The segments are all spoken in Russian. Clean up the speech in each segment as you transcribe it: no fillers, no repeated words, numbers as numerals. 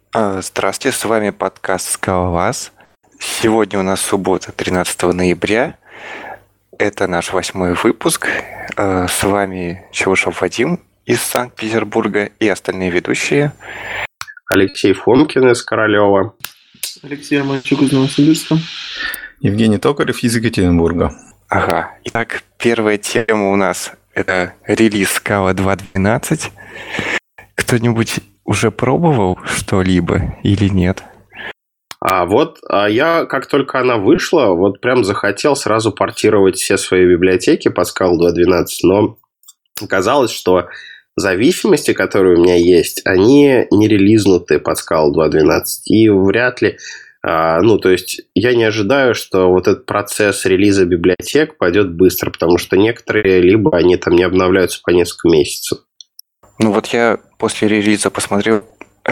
Здравствуйте, с вами подкаст «Скалолаз». Сегодня у нас суббота, 13 ноября. Это наш 8-й выпуск. С вами Чевушев Вадим из Санкт-Петербурга и остальные ведущие. Алексей Фомкин из Королева. Алексей Романчук из Новосибирска. Евгений Токарев из Екатеринбурга. Ага. Итак, первая тема у нас – это релиз Scala 2.12. Кто-нибудь уже пробовал что-либо или нет? Я, как только она вышла, прям захотел сразу портировать все свои библиотеки по Scala 2.12, но оказалось, что зависимости, которые у меня есть, они не релизнуты под Scala 2.12, и вряд ли... то есть я не ожидаю, что этот процесс релиза библиотек пойдет быстро, потому что некоторые либо они там не обновляются по несколько месяцев. Я после релиза посмотрел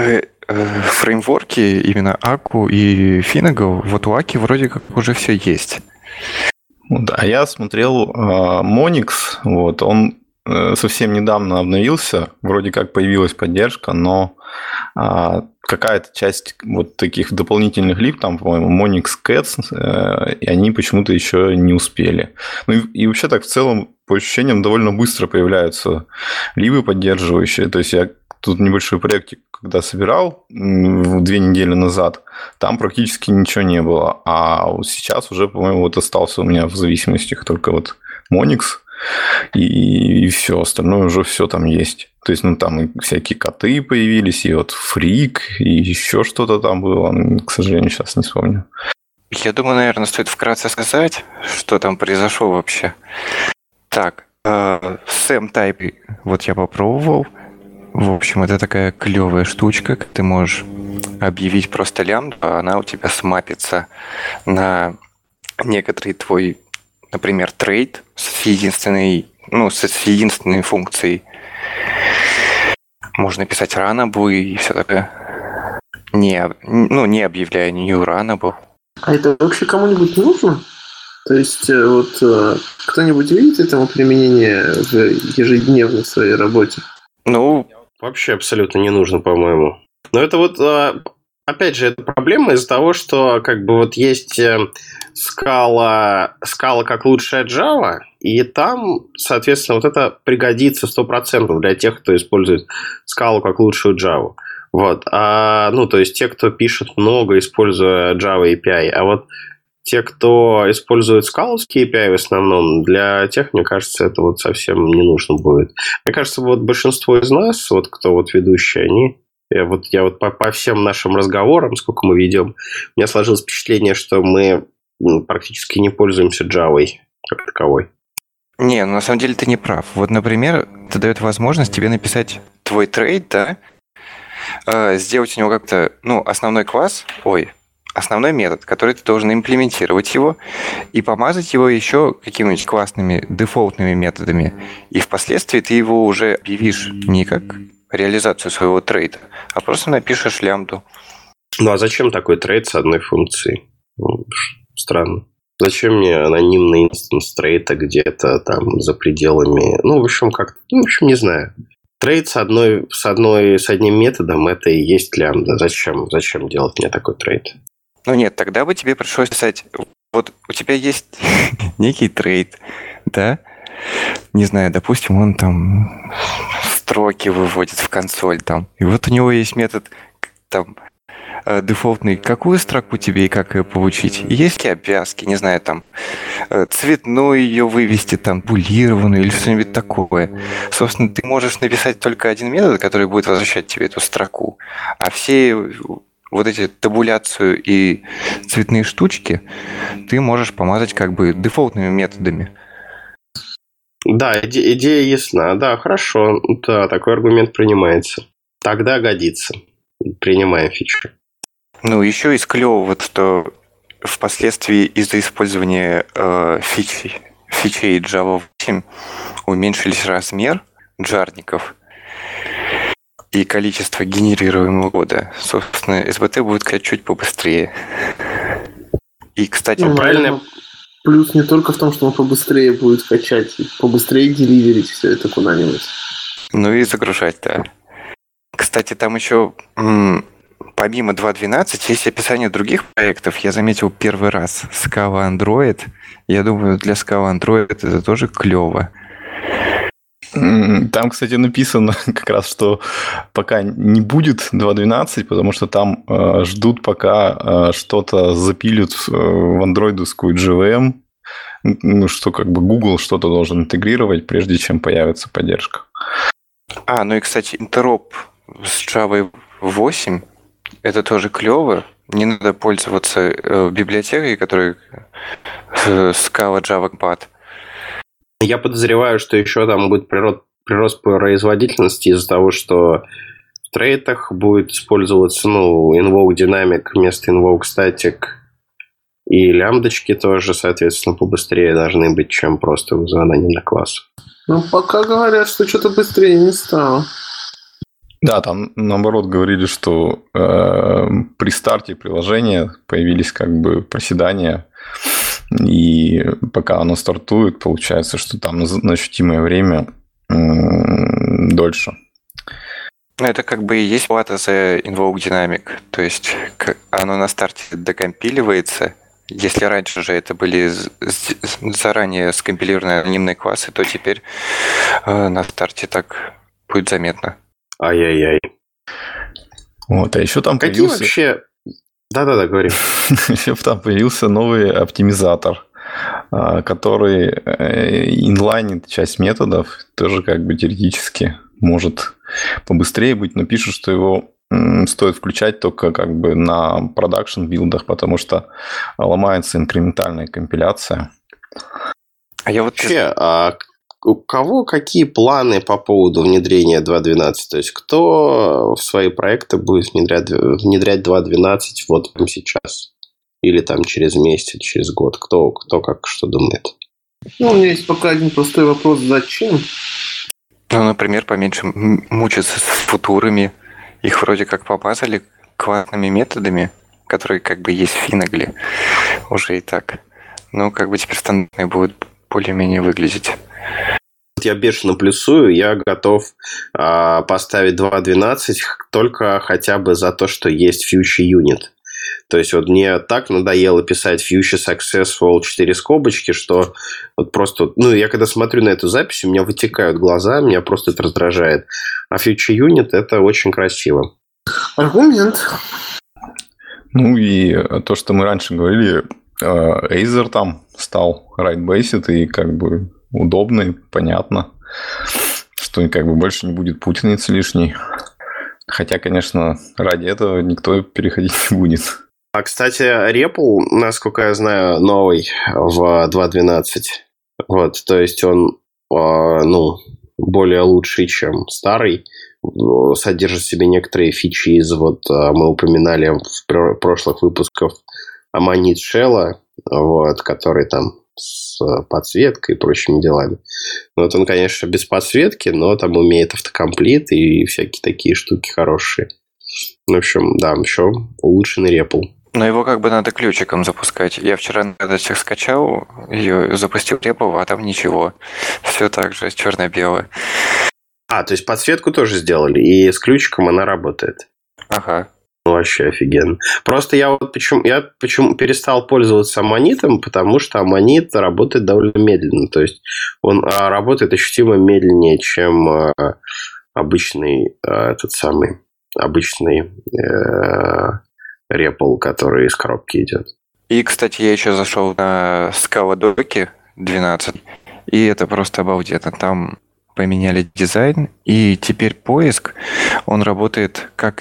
фреймворки, именно Аку и Финагл. У Аки вроде как уже все есть. Да, я смотрел Monix, он совсем недавно обновился, вроде как появилась поддержка, но какая-то часть таких дополнительных либ, там, по-моему, Monix Cats, и они почему-то еще не успели. И вообще так в целом, по ощущениям, довольно быстро появляются либы поддерживающие. То есть я тут небольшой проектик, когда собирал 2 недели назад, там практически ничего не было. А сейчас уже, по-моему, остался у меня в зависимостях только Monix, и все, остальное уже все там есть. То есть, там и всякие коты появились, и фрик, и еще что-то там было. К сожалению, сейчас не вспомню. Я думаю, наверное, стоит вкратце сказать, что там произошло вообще. Так, SamType я попробовал. В общем, это такая клевая штучка, как ты можешь объявить просто лямбду, а она у тебя смапится на некоторый твой, например, трейд с единственной функцией. Можно писать runnable и все такое. Не объявляя new runnable. А это вообще кому-нибудь нужно? То есть, кто-нибудь видит этому применение в ежедневной своей работе? Вообще абсолютно не нужно, по-моему. Но это опять же, это проблема из-за того, что есть Scala как лучшая Java, и там, соответственно, это пригодится 100% для тех, кто использует Scala как лучшую Java. То есть те, кто пишет много, используя Java API, а те, кто использует скаловские API в основном, для тех, мне кажется, это совсем не нужно будет. Мне кажется, большинство из нас, кто ведущие, они... Я по всем нашим разговорам, сколько мы ведем, у меня сложилось впечатление, что мы практически не пользуемся Java как таковой. Не, на самом деле ты не прав. Например, это дает возможность тебе написать твой трейд, да, сделать у него как-то, основной метод, который ты должен имплементировать его, и помазать его еще какими-нибудь классными дефолтными методами. И впоследствии ты его уже объявишь не как реализацию своего трейда, а просто напишешь лямбду. А зачем такой трейд с одной функцией? Странно. Зачем мне анонимный инстанс трейда где-то там за пределами? Не знаю. Трейд с одним методом – это и есть лямбда. Зачем делать мне такой трейд? Нет, тогда бы тебе пришлось писать, у тебя есть некий трейд, да? Не знаю, допустим, он там строки выводит в консоль там. И у него есть метод там дефолтный, какую строку тебе и как ее получить. И есть ли обвязки, не знаю, там цветную ее вывести, там булированную или что-нибудь такое. Собственно, ты можешь написать только один метод, который будет возвращать тебе эту строку. А все эти табуляцию и цветные штучки ты можешь помазать дефолтными методами. Да, идея ясна. Да, хорошо. Да, такой аргумент принимается. Тогда годится. Принимаем фичу. Еще из клевого, что впоследствии из-за использования фичей Java 8 уменьшились размер джарников и количество генерируемого кода. Собственно, SBT будет качать чуть побыстрее. И, кстати, правильно. Плюс не только в том, что он побыстрее будет качать, побыстрее деливерить все это куда-нибудь. И загружать, да. Кстати, там еще помимо 2.12 есть описание других проектов. Я заметил первый раз Scala Android. Я думаю, для Scala Android это тоже клево. Там, кстати, написано как раз, что пока не будет 2.12, потому что там ждут, пока что-то запилят в андроидовскую JVM, ну, что как бы Google что-то должен интегрировать, прежде чем появится поддержка. Ну и, кстати, интероп с Java 8, это тоже клево. Не надо пользоваться библиотекой, которая Scala Java Compad. Я подозреваю, что еще там будет прирост производительности из-за того, что в трейтах будет использоваться Invoke Dynamic вместо Invoke Static. И лямбдочки тоже, соответственно, побыстрее должны быть, чем просто вызывание на класс. Пока говорят, что что-то быстрее не стало. Да, там наоборот говорили, что при старте приложения появились как бы проседания, и пока оно стартует, получается, что там на ощутимое время дольше. Это как бы и есть плата за Invoke Dynamic. То есть оно на старте докомпиливается. Если раньше же это были заранее скомпилированные анонимные классы, то теперь на старте так будет заметно. Ай-яй-яй. Вот, а еще там какие появился... вообще... Да-да-да, говори. Еще там появился новый оптимизатор, который инлайнит часть методов, тоже как бы теоретически может побыстрее быть, но пишут, что его стоит включать только как бы на продакшн-билдах, потому что ломается инкрементальная компиляция. Вообще, у кого какие планы по поводу внедрения 2.12? То есть, кто в свои проекты будет внедрять 2.12 вот прямо сейчас? Или там через месяц, через год? Кто как что думает? У меня есть пока один простой вопрос. Зачем? Например, поменьше мучиться с футурами. Их вроде как помазали классными методами, которые как бы есть в Finagly уже и так. Как бы теперь стандартные будут более-менее выглядеть. Я бешено плюсую, я готов поставить 2.12 только хотя бы за то, что есть Future Unit. То есть, вот мне так надоело писать Future Successful 4 скобочки, что вот просто... я когда смотрю на эту запись, у меня вытекают глаза, меня просто это раздражает. А Future Unit – это очень красиво. Аргумент. И то, что мы раньше говорили, Aether там стал right-based и как бы удобный, понятно, что как бы больше не будет путаницы лишней. Хотя, конечно, ради этого никто переходить не будет. А, кстати, REPL, насколько я знаю, новый в 2.12. Вот, то есть он, более лучший, чем старый. Содержит в себе некоторые фичи из, мы упоминали в прошлых выпусках Amanit Shell, который там с подсветкой и прочими делами. Он, конечно, без подсветки, но там умеет автокомплит и всякие такие штуки хорошие. В общем, да, еще улучшенный REPL. Но его как бы надо ключиком запускать. Я вчера на датчик скачал, ее запустил REPL, а там ничего. Все так же, черно-белое. То есть подсветку тоже сделали, и с ключиком она работает. Ага. Вообще офигенно. Просто я почему перестал пользоваться Аммонитом, потому что Аммонит работает довольно медленно. То есть он работает ощутимо медленнее, чем обычный REPL, который из коробки идет. И, кстати, я еще зашел на Scala Doc 12, и это просто обалденно. Там поменяли дизайн, и теперь поиск, он работает как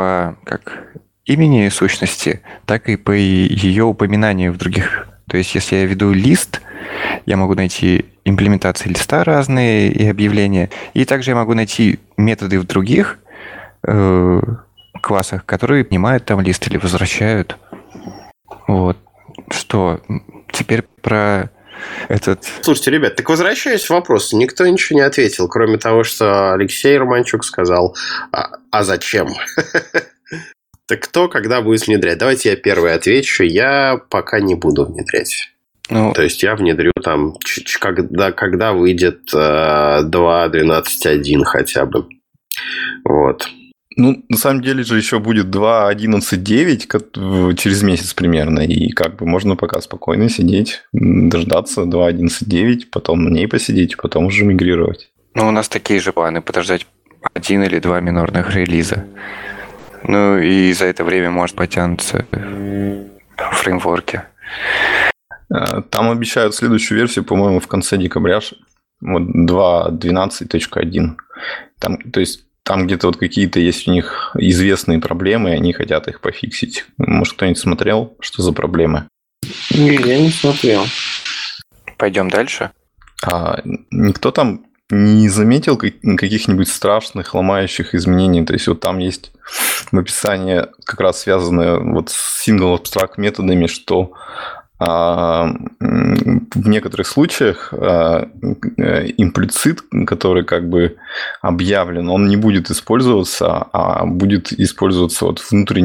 имени сущности, так и по ее упоминанию в других. То есть, если я веду лист, я могу найти имплементации листа разные и объявления, и также я могу найти методы в других классах, которые поднимают там лист или возвращают. Вот. Что? Теперь про этот... Слушайте, ребят, так возвращаясь к вопросу, никто ничего не ответил, кроме того, что Алексей Романчук сказал, а зачем? Так кто когда будет внедрять? Давайте я первый отвечу. Я пока не буду внедрять. То есть я внедрю там, когда выйдет 2.12.1 хотя бы. Вот. Ну, на самом деле же еще будет 2.11.9 через месяц примерно, и как бы можно пока спокойно сидеть, дождаться 2.11.9, потом на ней посидеть, потом уже мигрировать. Ну, у нас такие же планы, подождать 1 или 2 минорных релиза. Ну, и за это время может потянуться фреймворки. Там обещают следующую версию, по-моему, в конце декабря, вот 2.12.1. Там, то есть там где-то вот какие-то есть у них известные проблемы, и они хотят их пофиксить. Может, кто-нибудь смотрел, что за проблемы? Не, я не смотрел. Пойдем дальше. Никто там не заметил каких-нибудь страшных ломающих изменений? То есть вот там есть в описании как раз связанное вот с single abstract методами, что в некоторых случаях имплицит, который как бы объявлен, он не будет использоваться, а будет использоваться вот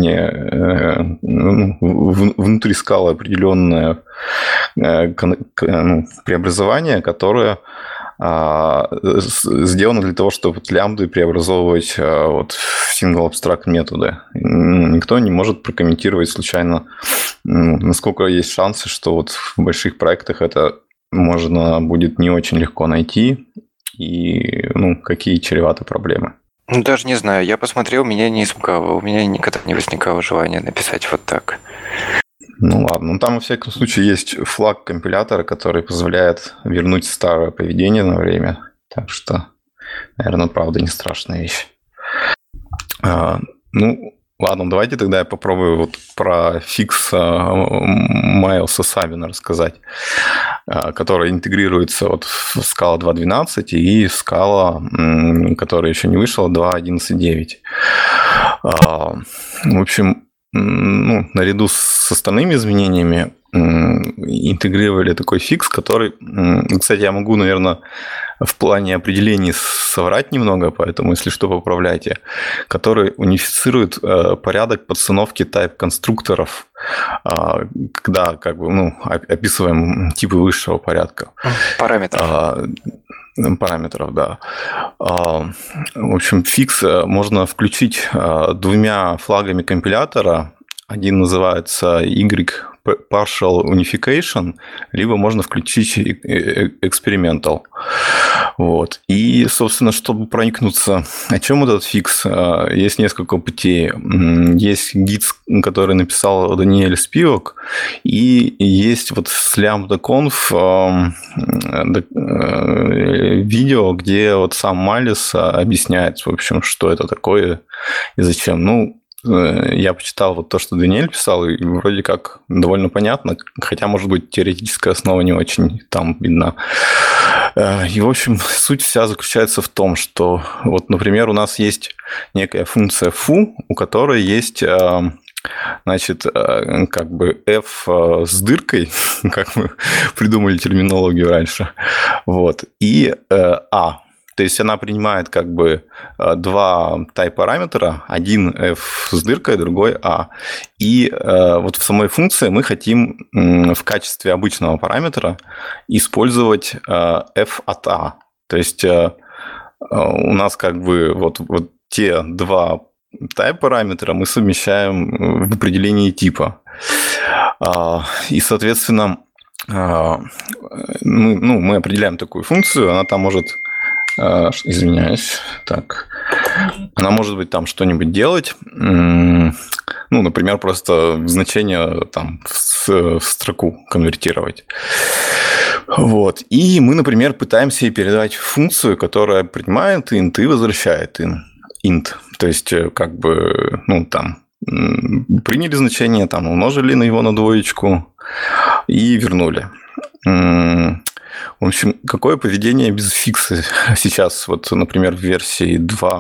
внутри скалы определенное преобразование, которое сделано для того, чтобы лямбды преобразовывать вот в single abstract методы. Никто не может прокомментировать случайно, насколько есть шансы, что вот в больших проектах это можно будет не очень легко найти, и какие чреваты проблемы. Ну, даже не знаю. Я посмотрел, меня не испугало. У меня никогда не возникало желания написать вот так. Ну ладно, там во всяком случае есть флаг компилятора, который позволяет вернуть старое поведение на время. Так что, наверное, правда не страшная вещь. Ладно, давайте тогда я попробую вот про фикс Майлса Сабина рассказать, который интегрируется вот в Scala 2.12 и в Scala, которая еще не вышла, 2.11.9. В общем, наряду с остальными изменениями интегрировали такой фикс, который, кстати, я могу, наверное, в плане определений соврать немного, поэтому, если что, поправляйте, который унифицирует порядок подстановки тайп-конструкторов, когда описываем типы высшего порядка. Параметров, да. В общем, фикс можно включить двумя флагами компилятора. Один называется Y Partial Unification, либо можно включить Experimental. Вот. И, собственно, чтобы проникнуться, о чем этот фикс, есть несколько путей. Есть гид, который написал Даниэль Спивак, и есть вот с lambda.conf видео, где вот сам Майлс объясняет, в общем, что это такое и зачем. Я почитал вот то, что Даниэль писал, и вроде как довольно понятно, хотя, может быть, теоретическая основа не очень там видна. И, в общем, суть вся заключается в том, что, вот, например, у нас есть некая функция foo, у которой есть, значит, как бы f с дыркой, как мы придумали терминологию раньше, вот, и a. То есть она принимает как бы два type-параметра, один f с дыркой, другой a. И вот в самой функции мы хотим в качестве обычного параметра использовать f от a. То есть у нас как бы вот те два type-параметра мы совмещаем в определении типа. И, соответственно, мы определяем такую функцию, она там может... Извиняюсь. Так. Она может быть там что-нибудь делать. Например, просто значение там в строку конвертировать. Вот. И мы, например, пытаемся ей передать функцию, которая принимает int и возвращает int. То есть, как бы, там приняли значение, там умножили на его на двоечку и вернули. В общем, какое поведение без фикса сейчас, вот, например, в версии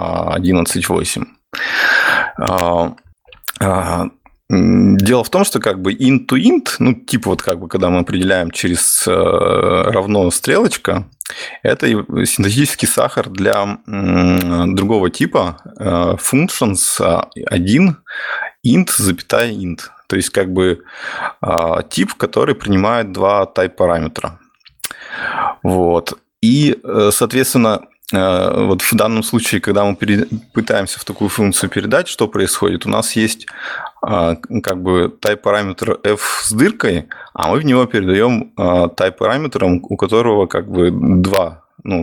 2.11.8? Дело в том, что как бы int to int, типа вот как бы когда мы определяем через равно стрелочка, это синтаксический сахар для другого типа functions 1 int, запятая int. То есть как бы тип, который принимает два type параметра. Вот. И, соответственно, вот в данном случае, когда мы пытаемся в такую функцию передать, что происходит? У нас есть как бы type-параметр f с дыркой, а мы в него передаем type-параметром, у которого как бы два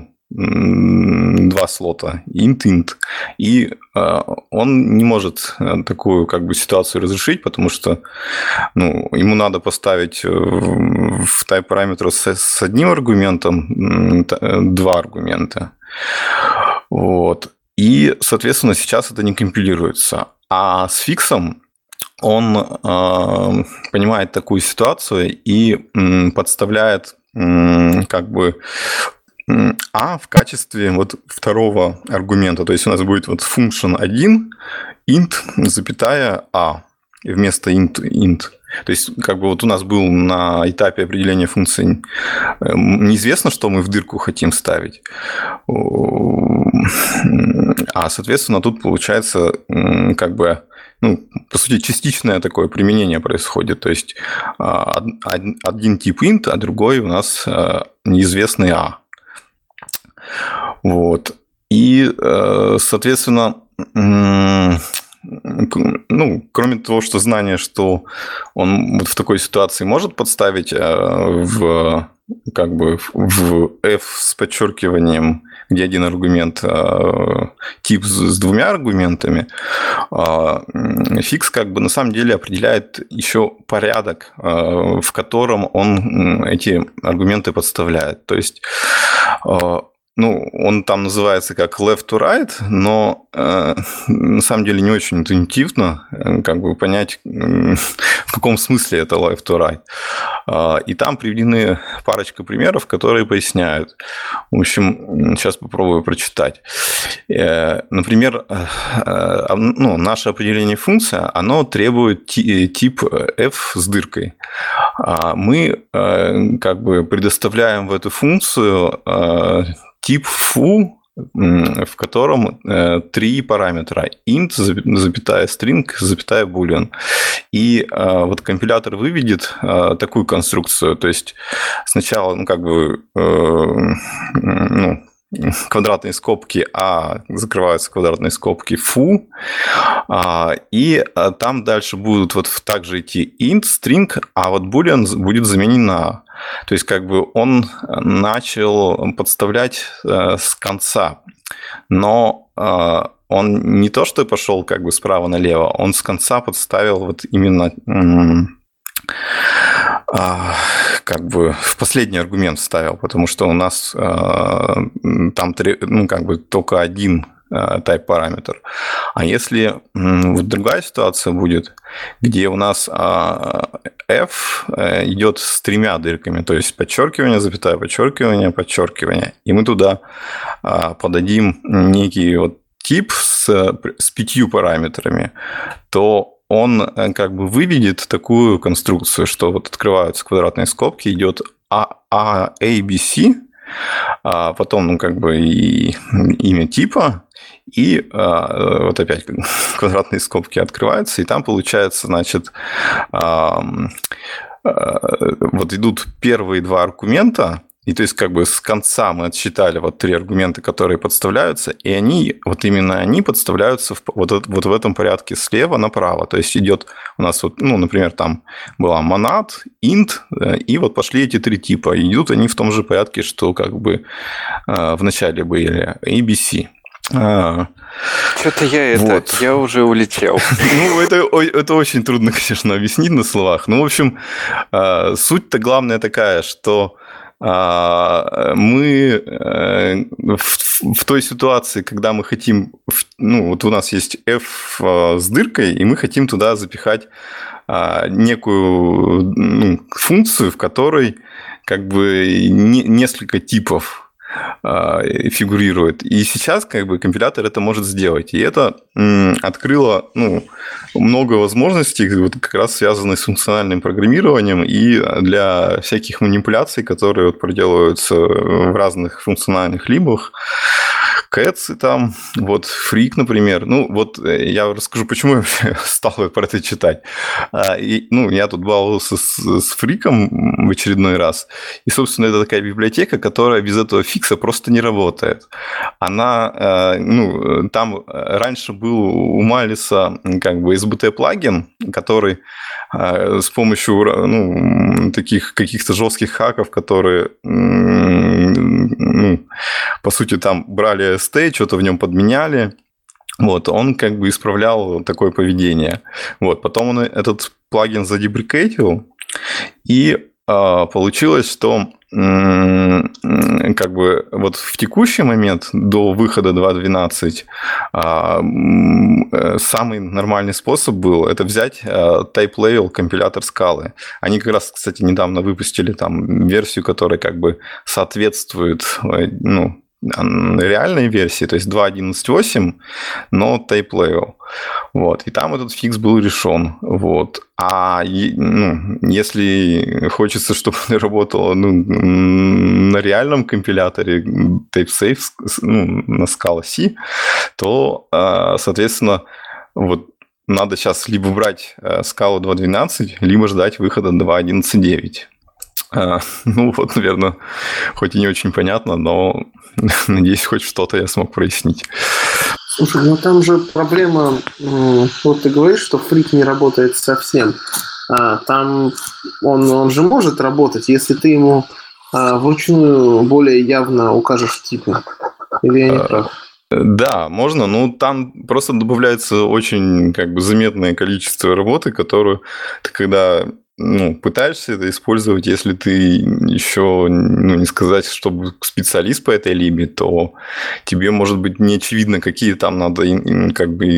слота, int. И он не может такую как бы ситуацию разрешить, потому что ему надо поставить в type-параметр с одним аргументом два аргумента. Вот. И, соответственно, сейчас это не компилируется. А с фиксом он понимает такую ситуацию и подставляет как бы в качестве вот второго аргумента. То есть у нас будет вот function 1, int, запятая a, вместо int. То есть как бы вот у нас был на этапе определения функции неизвестно, что мы в дырку хотим ставить. А, соответственно, тут получается как бы, по сути, частичное такое применение происходит. То есть один тип int, а другой у нас неизвестный a. Вот. И, соответственно, кроме того, что знание, что он вот в такой ситуации может подставить в f с подчеркиванием, где один аргумент тип с двумя аргументами, фикс как бы на самом деле определяет еще порядок, в котором он эти аргументы подставляет. То есть он там называется как left to right, но на самом деле не очень интуитивно как бы понять, в каком смысле это left to right. И там приведены парочка примеров, которые поясняют. В общем, сейчас попробую прочитать. Например, наше определение функции, оно требует тип f с дыркой. Мы как бы предоставляем в эту функцию тип foo, в котором три параметра: int, запятая string, запятая boolean. И вот компилятор выведет такую конструкцию. То есть сначала квадратные скобки закрываются квадратные скобки foo, и там дальше будут вот также идти int, string, а вот boolean будет заменен на a. То есть как бы он начал подставлять с конца, но он не то что пошел как бы справа налево, он с конца подставил вот именно как бы в последний аргумент вставил, потому что у нас там как бы только один type-параметр. А если вот другая ситуация будет, где у нас f идет с тремя дырками, то есть подчеркивание, запятая, подчеркивание, подчеркивание, и мы туда подадим некий вот тип с 5 параметрами, то он как бы выведет такую конструкцию, что вот открываются квадратные скобки, идет ABC, а потом как бы и имя типа, и вот опять квадратные скобки открываются, и там получается, значит, вот идут первые два аргумента, и то есть как бы с конца мы отсчитали вот три аргумента, которые подставляются, и они, вот именно они подставляются вот в этом порядке слева направо. То есть идет у нас вот, например, там была monad, int, и вот пошли эти три типа. И идут они в том же порядке, что как бы в начале были ABC. Что-то я уже улетел. Это очень трудно, конечно, объяснить на словах. В общем, суть-то главная такая, что мы в той ситуации, когда мы хотим, вот у нас есть f с дыркой, и мы хотим туда запихать некую функцию, в которой как бы несколько типов фигурирует. И сейчас как бы компилятор это может сделать. И это открыло много возможностей, вот как раз связанных с функциональным программированием и для всяких манипуляций, которые вот проделываются в разных функциональных либах, Кэтс там, вот Фрик, например. Ну, вот я расскажу, почему я стал про это читать. Я тут баловался с Фриком в очередной раз. И, собственно, это такая библиотека, которая без этого фикса просто не работает. Она, там раньше был у Малиса как бы SBT-плагин, который с помощью таких каких-то жестких хаков, которые, по сути, там брали ST, что-то в нем подменяли, вот, он как бы исправлял такое поведение. Вот, потом он этот плагин задеприкейтил, и получилось, что как бы вот в текущий момент до выхода 2.12 самый нормальный способ был это взять type-level компилятор скалы. Они как раз, кстати, недавно выпустили там версию, которая как бы соответствует реальной версии, то есть 2.11.8, но type level. Вот. И там этот фикс был решен. Вот. А если хочется, чтобы он работал на реальном компиляторе TypeSafe на Scala C, то, соответственно, вот надо сейчас либо брать Scala 2.12, либо ждать выхода 2.11.9. Вот, наверное, хоть и не очень понятно, но надеюсь, хоть что-то я смог прояснить. Слушай, там же проблема, вот ты говоришь, что Фрик не работает совсем. Там он же может работать, если ты ему вручную более явно укажешь типы. Или я не прав? Да, можно, но там просто добавляется очень как бы заметное количество работы, которую ты когда пытаешься это использовать, если ты еще, не сказать, чтобы специалист по этой либе, то тебе, может быть, не очевидно, какие там надо, как бы,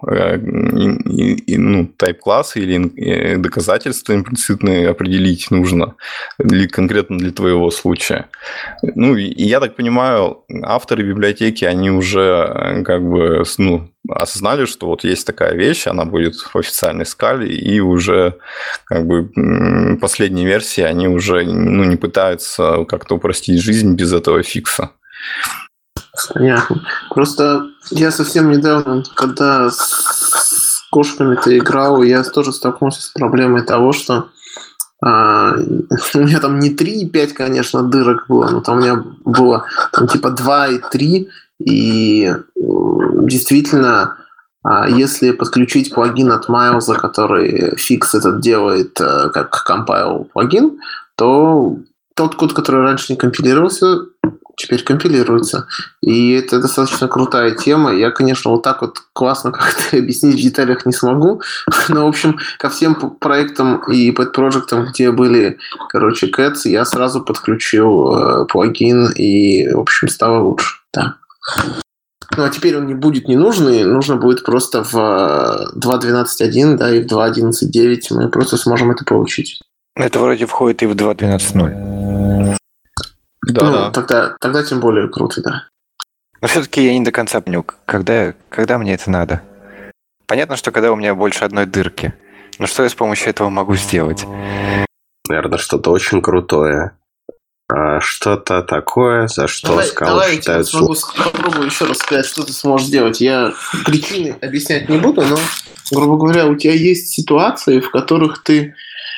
тайп-классы или доказательства имплицитные определить нужно, или конкретно для твоего случая. И я так понимаю, авторы библиотеки, они уже как бы, осознали, что вот есть такая вещь, она будет в официальной скале, и уже как бы последние версии, они уже не пытаются как-то упростить жизнь без этого фикса. Понятно. Просто я совсем недавно, когда с кошками-то играл, я тоже столкнулся с проблемой того, что у меня там не 3,5, конечно, дырок было, но там у меня было там типа 2 и 3, и действительно, если подключить плагин от Майлза, который фикс этот делает как compile плагин, то тот код, который раньше не компилировался, теперь компилируется. И это достаточно крутая тема. Я, конечно, вот так вот классно как-то объяснить в деталях не смогу. Но, в общем, ко всем проектам и пэт-проектам, где были, Cats, я сразу подключил плагин, и, в общем, стало лучше. Да. А теперь он не будет ненужный, нужно будет просто в 2.12.1, да, и в 2.11.9 мы просто сможем это получить. Это вроде входит и в 2.12.0. Да. Тогда тем более круто, да. Но все-таки я не до конца понял, когда мне это надо. Понятно, что когда у меня больше одной дырки. Но что я с помощью этого могу сделать? Наверное, что-то очень крутое. Что-то такое, за что Scala считают сложным. Попробую еще раз сказать, что ты сможешь сделать. Я причины объяснять не буду, но, грубо говоря, у тебя есть ситуации, в которых ты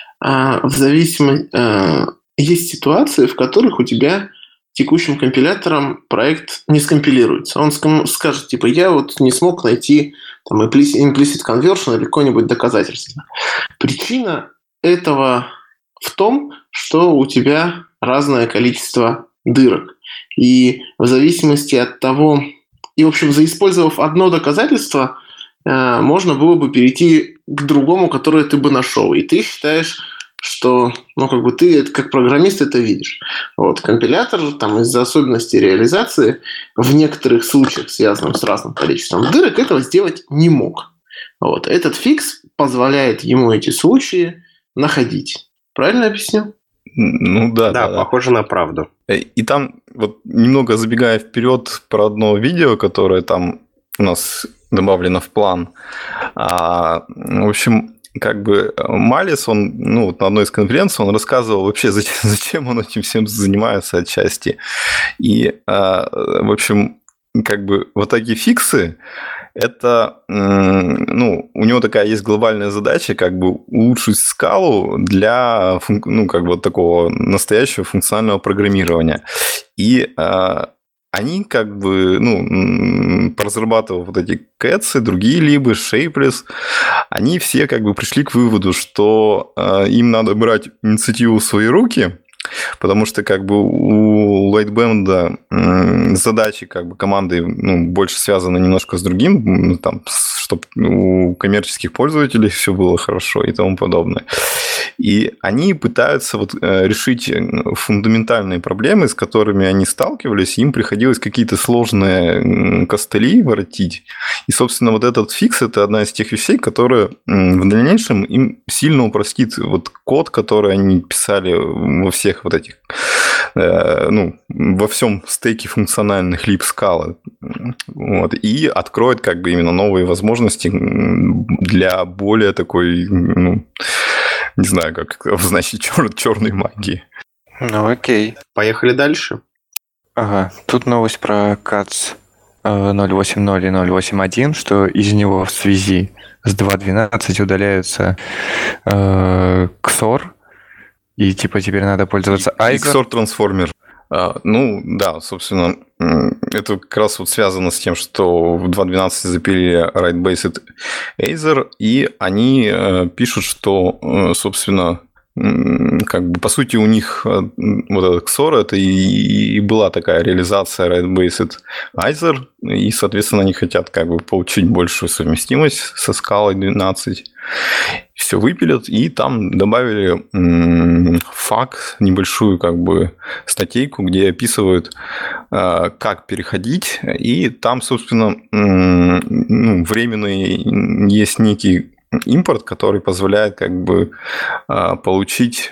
есть ситуации, в которых у тебя текущим компилятором проект не скомпилируется. Он скажет, типа, я вот не смог найти там implicit conversion или какое-нибудь доказательство. Причина этого в том, что у тебя разное количество дырок. И в зависимости от того... И, в общем, заиспользовав одно доказательство, можно было бы перейти к другому, которое ты бы нашел. И ты считаешь, что, ты как программист это видишь. Вот, компилятор там из-за особенностей реализации в некоторых случаях, связанных с разным количеством дырок, этого сделать не мог. Вот, этот фикс позволяет ему эти случаи находить. Правильно объяснил? Да, похоже на правду. И там, вот немного забегая вперед про одно видео, которое там у нас добавлено в план. В общем, как бы Малис, он, на одной из конференций он рассказывал вообще, зачем он этим всем занимается отчасти. И, в общем, как бы вот такие фиксы, это, ну, у него такая есть глобальная задача, как бы улучшить скалу для, ну, как бы вот такого настоящего функционального программирования. И они как бы, ну, разрабатывая вот эти кэтсы, другие либо, Shapeless, они все как бы пришли к выводу, что им надо брать инициативу в свои руки, потому что как бы у Lightband задачи как бы команды, ну, больше связаны немножко с другим, там, чтобы у коммерческих пользователей все было хорошо и тому подобное. И они пытаются вот решить фундаментальные проблемы, с которыми они сталкивались, им приходилось какие-то сложные костыли воротить. И, собственно, вот этот фикс – это одна из тех вещей, которая в дальнейшем им сильно упростит вот код, который они писали во всех вот этих, ну, во всем стеке функциональных либ скалы. Вот, и откроет как бы именно новые возможности для более такой, ну, не знаю, как обозначить, черной магии. Ну, окей. Поехали дальше. Ага, тут новость про CATS 0.8.0 и 0.8.1, что из него в связи с 2.12 удаляются XOR, и типа теперь надо пользоваться Aizer. XOR трансформер. Ну, да, собственно, это как раз вот связано с тем, что в 2.12 запилили Write-Based Aizer, и они пишут, что, собственно, как бы по сути у них вот этот XOR это и была такая реализация Write-Based Aizer, и, соответственно, они хотят как бы получить большую совместимость со скалой 12. Все выпилят, и там добавили факт, небольшую как бы статейку, где описывают, как переходить, и там, собственно, ну, временный есть некий импорт, который позволяет как бы получить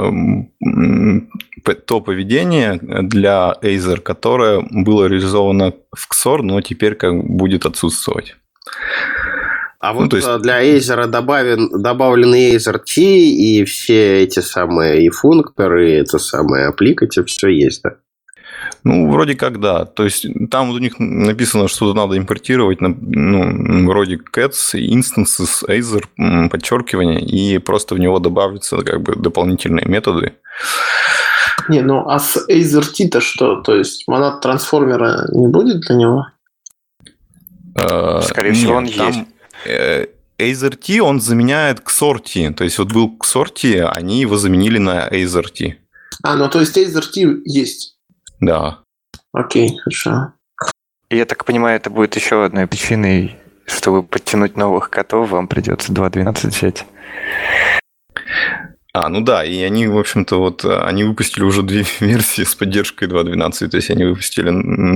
то поведение для Aizer, которое было реализовано в XOR, но теперь как бы будет отсутствовать. А вот для Aizer добавлены Aizer T и все эти самые и функторы, и это самое applicative, все есть, да? Ну, вроде как да. То есть там у них написано, что надо импортировать, ну, вроде cats, instances, Aizer, подчеркивание, и просто в него добавятся как бы дополнительные методы. Не, ну а с Aizer T-то что? То есть монад трансформера не будет для него? Скорее всего, он есть. Aizer T, он заменяет XOR T. То есть вот был XOR T, они его заменили на Aizer T. Ну то есть Aizer T есть? Да. Окей, хорошо. Я так понимаю, это будет еще одной причиной, чтобы подтянуть новых котов, вам придется 2.12 взять. Ну да, и они, в общем-то, вот они выпустили уже 2 версии с поддержкой 2.12, то есть они выпустили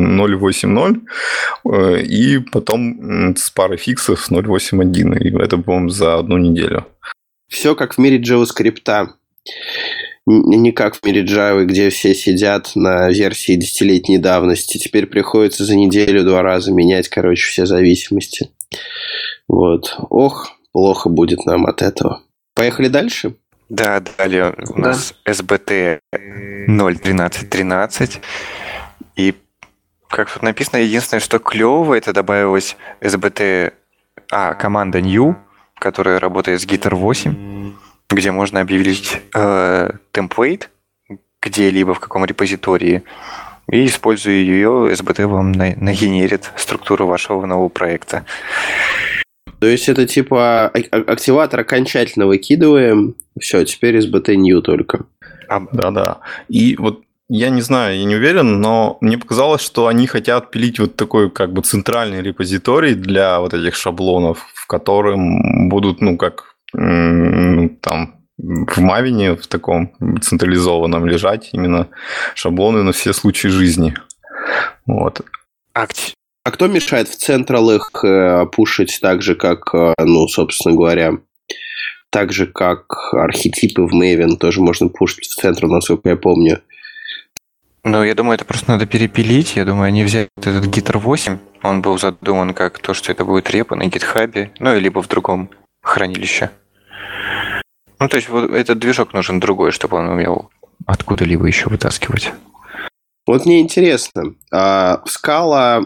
0.8.0 и потом с парой фиксов с 0.8.1, и это, по-моему, за 1 неделю. Все как в мире JavaScript. Не как в мире Java, где все сидят на версии 10-летней давности. Теперь приходится за неделю 2 раза менять, короче, все зависимости. Вот. Ох, плохо будет нам от этого. Поехали дальше? Да, далее у нас SBT 0.13.13. И, как тут написано, единственное, что клево, это добавилась SBT команда New, которая работает с Gitter 8, где можно объявить темплейт где-либо в каком репозитории, и, используя ее, SBT вам нагенерит структуру вашего нового проекта. То есть это типа активатор окончательно выкидываем, все, теперь SBT New только. Да-да. И вот я не знаю, я не уверен, но мне показалось, что они хотят пилить вот такой как бы центральный репозиторий для вот этих шаблонов, в котором будут, ну, как там в Maven, в таком централизованном лежать именно шаблоны на все случаи жизни. Вот. А кто мешает в Central их пушить так же, как, ну, собственно говоря, так же, как архетипы в Maven тоже можно пушить в Central, насколько я помню? Ну, я думаю, это просто надо перепилить. Я думаю, они взяли этот Gitter 8. Он был задуман как то, что это будет репа на GitHub, ну, либо в другом хранилище. Ну, то есть вот этот движок нужен другой, чтобы он умел откуда-либо еще вытаскивать. Вот мне интересно, Scala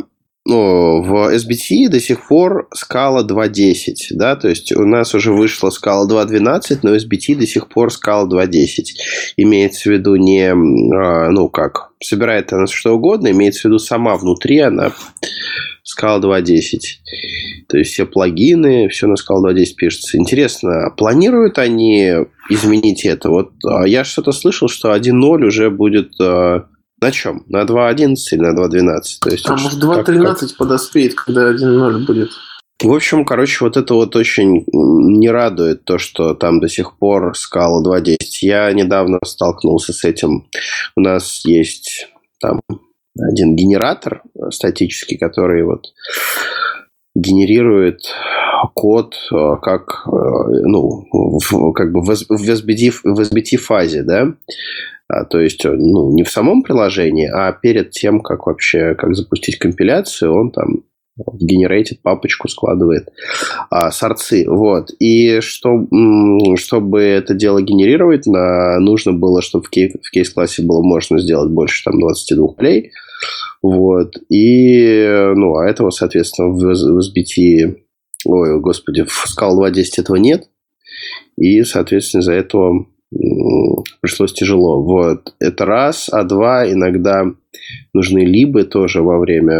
в SBT до сих пор скала 2.10, да, то есть у нас уже вышла скала 2.12, но SBT до сих пор скала 2.10. Имеется в виду не, собирает она что угодно, имеется в виду сама внутри она скала 2.10. То есть все плагины, все на скала 2.10 пишется. Интересно, планируют они изменить это? Вот я что-то слышал, что 1.0 уже будет... На чем? На 2.11 или на 2.12? То есть, может 2.13 подоспеет, когда 1.0 будет. В общем, вот это вот очень не радует, то, что там до сих пор скала 2.10. Я недавно столкнулся с этим. У нас есть там один генератор статический, который вот генерирует код как в SBT фазе, да? То есть, не в самом приложении, а перед тем, как запустить компиляцию, он там генерейтит папочку, складывает сорцы. Вот. И чтобы это дело генерировать, нужно было, чтобы в кейс-классе было можно сделать больше 22 полей. Вот. И, этого, соответственно, в SBT, в Scala 2.10 этого нет. И, соответственно, из-за этого пришлось тяжело. Вот. Это раз. А два, иногда нужны либы тоже во время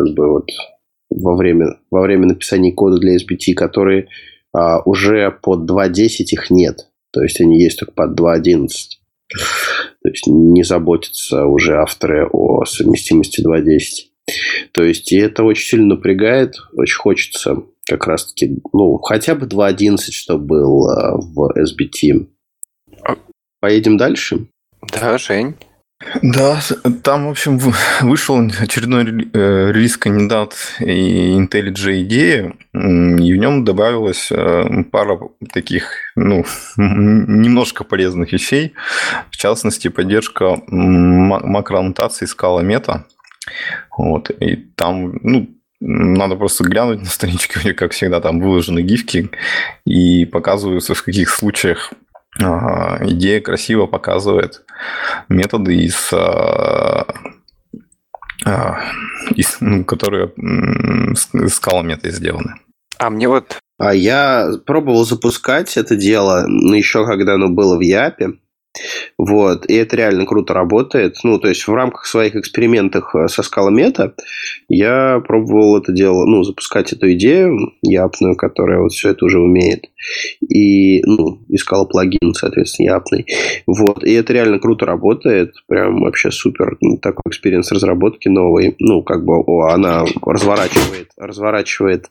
написания кода для SBT, которые уже под 2.10 их нет. То есть они есть только под 2.11. То есть не заботятся уже авторы о совместимости 2.10. То есть и это очень сильно напрягает. Очень хочется как раз-таки хотя бы 2.11, чтобы был в SBT. Поедем дальше? Да, Жень. Да, там, в общем, вышел очередной релиз кандидат и IntelliJ IDEA, и в нем добавилась пара таких, немножко полезных вещей. В частности, поддержка макроаннотаций Scala Meta. Вот, и там, надо просто глянуть на страничке, у них, как всегда, там выложены гифки и показываются, в каких случаях идея красиво показывает методы, которые с Scala Meta сделаны. А мне вот... я пробовал запускать это дело, еще когда оно было в Япе. Вот, и это реально круто работает. То есть в рамках своих экспериментов со Scala Meta я пробовал это дело, запускать эту идею япную, которая вот все это уже умеет. И, искала плагин, соответственно, япный. Вот, и это реально круто работает. Прям вообще супер. Такой экспириенс разработки новый. Она разворачивает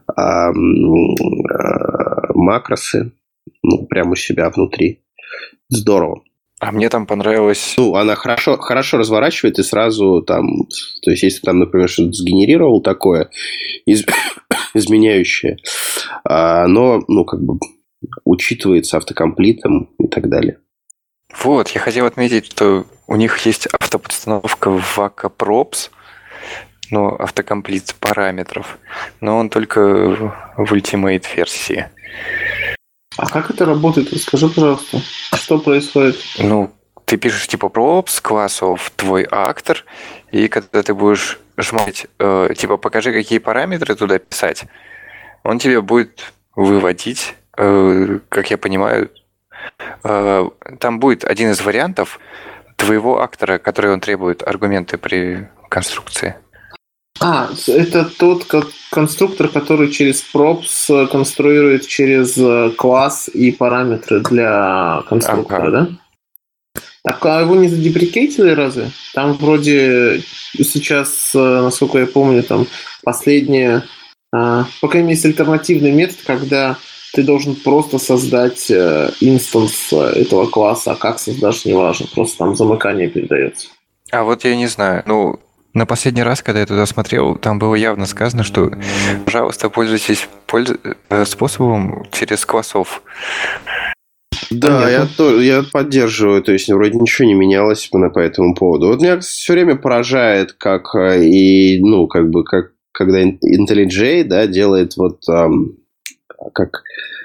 макросы прямо у себя внутри. Здорово. А мне там понравилось... Она хорошо разворачивает и сразу там... То есть, если там, например, что-то сгенерировал такое изменяющее, оно, учитывается автокомплитом и так далее. Вот, я хотел отметить, что у них есть автоподстановка в Vaca Props, автокомплит параметров, но он только в Ultimate версии. А как это работает? Расскажи, пожалуйста, что происходит? Ты пишешь типа props классов твой актор, и когда ты будешь жмать, покажи, какие параметры туда писать, он тебе будет выводить, как я понимаю, там будет один из вариантов твоего актора, который он требует аргументы при конструкции. Это тот конструктор, который через props конструирует через класс и параметры для конструктора, да? Так, а его не задеприкейтили разве? Там вроде сейчас, насколько я помню, там последнее, по крайней мере, есть альтернативный метод, когда ты должен просто создать инстанс этого класса, а как создашь, неважно, просто там замыкание передается. А вот я не знаю, на последний раз, когда я туда смотрел, там было явно сказано, что, пожалуйста, пользуйтесь способом через классов. Да, я поддерживаю, то есть вроде ничего не менялось по этому поводу. Вот меня все время поражает, как когда IntelliJ, да, делает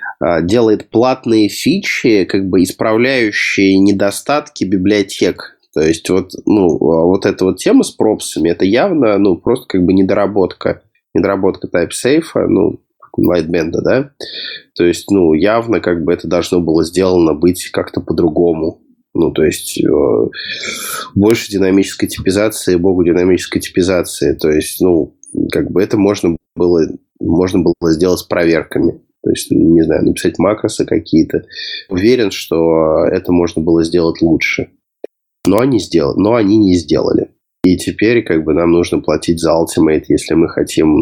делает платные фичи, исправляющие недостатки библиотек. То есть вот эта вот тема с пропсами, это явно, просто как бы недоработка TypeSafe, Lightband, да? То есть, явно как бы это должно было сделано быть как-то по-другому. То есть, больше динамической типизации, богу динамической типизации. То есть, как бы это можно было сделать с проверками. То есть, не знаю, написать макросы какие-то. Уверен, что это можно было сделать лучше. Но они не сделали. И теперь как бы нам нужно платить за Ultimate, если мы хотим,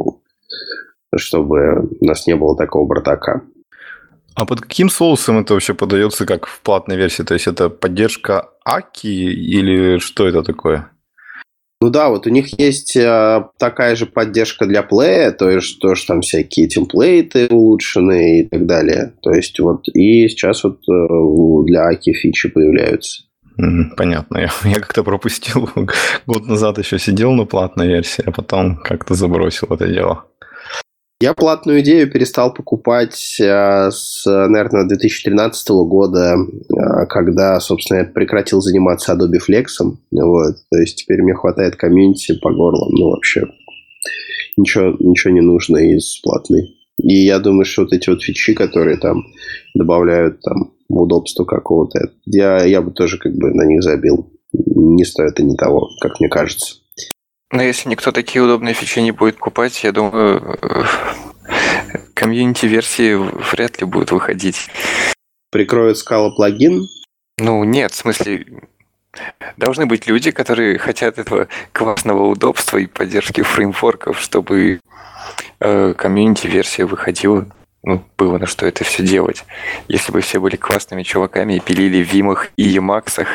чтобы у нас не было такого бардака. А под каким соусом это вообще подается как в платной версии? То есть это поддержка AKI или что это такое? Да, вот у них есть такая же поддержка для плея, то есть тоже там всякие темплейты улучшенные и так далее. То есть и сейчас для AKI фичи появляются. Понятно. Я как-то пропустил. Год назад еще сидел на платной версии, а потом как-то забросил это дело. Я платную идею перестал покупать наверное, 2013 года, когда, собственно, я прекратил заниматься Adobe Flex. То есть теперь мне хватает комьюнити по горло. Вообще ничего не нужно из платной. И я думаю, что вот эти вот фичи, которые там добавляют там удобства какого-то, я бы тоже как бы на них забил. Не стоит они того, как мне кажется. Но если никто такие удобные фичи не будет покупать, я думаю, комьюнити-версии вряд ли будут выходить. Прикроют Scala плагин? Нет, в смысле, должны быть люди, которые хотят этого классного удобства и поддержки фреймворков, чтобы комьюнити-версия выходила. Было на что это все делать. Если бы все были классными чуваками и пилили в Vim'ах и Emacs'ах,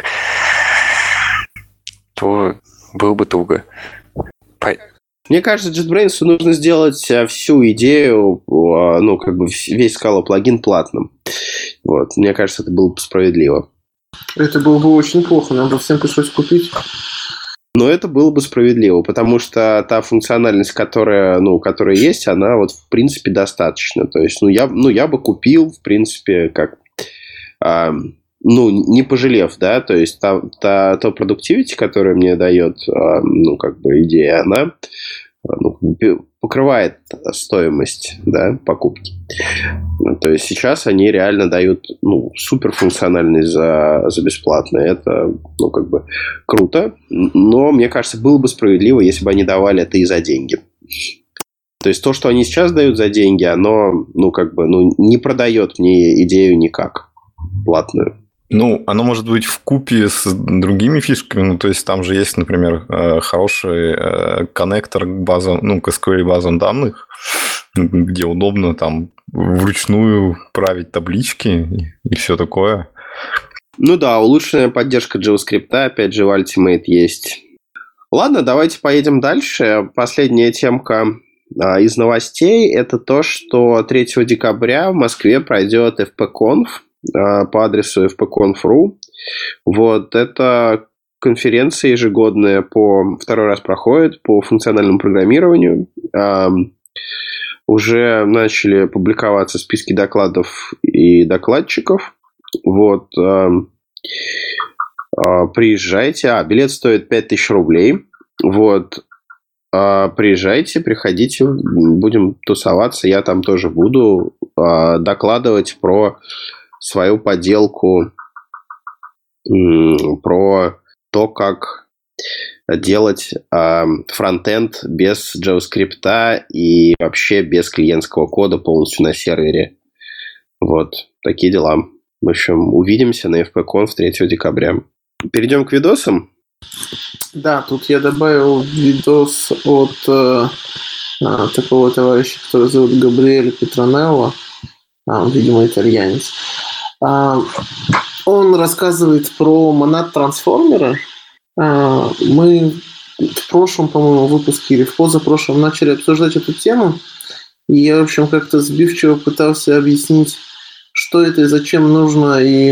то было бы туго. Мне кажется, JetBrains нужно сделать всю идею, как бы весь Scala плагин платным. Мне кажется, это было бы справедливо. Это было бы очень плохо, нам бы всем пришлось купить. Но это было бы справедливо, потому что та функциональность, которая есть, она в принципе достаточно. То есть, я бы купил, в принципе, не пожалев, да, то есть то productivity, которое мне дает, как бы идея, она покрывает стоимость, да, покупки. То есть сейчас они реально дают суперфункциональность за бесплатно. Это как бы круто, но мне кажется, было бы справедливо, если бы они давали это и за деньги. То есть то, что они сейчас дают за деньги, оно не продает мне идею никак платную. Оно может быть вкупе с другими фишками. То есть там же есть, например, хороший коннектор к базам, к SQL базам данных, где удобно там вручную править таблички и все такое. Улучшенная поддержка JavaScript, опять же, в Ultimate есть. Ладно, давайте поедем дальше. Последняя темка из новостей – это то, что 3 декабря в Москве пройдет FPConf по адресу fpconf.ru. Это конференция ежегодная, второй раз проходит по функциональному программированию. Уже начали публиковаться списки докладов и докладчиков. Приезжайте. Билет стоит 5000 рублей. Приезжайте, приходите, будем тусоваться. Я там тоже буду докладывать про свою поделку, про то, как делать фронтенд без JavaScript и вообще без клиентского кода полностью на сервере. Такие дела. В общем, увидимся на FPConf 3 декабря. Перейдем к видосам. Да, тут я добавил видос от такого товарища, который зовут Габриэль Петронелло. Видимо, итальянец. Он рассказывает про монад-трансформеры. Мы в прошлом, по-моему, выпуске или в позапрошлом начали обсуждать эту тему. И я, в общем, как-то сбивчиво пытался объяснить, что это и зачем нужно, и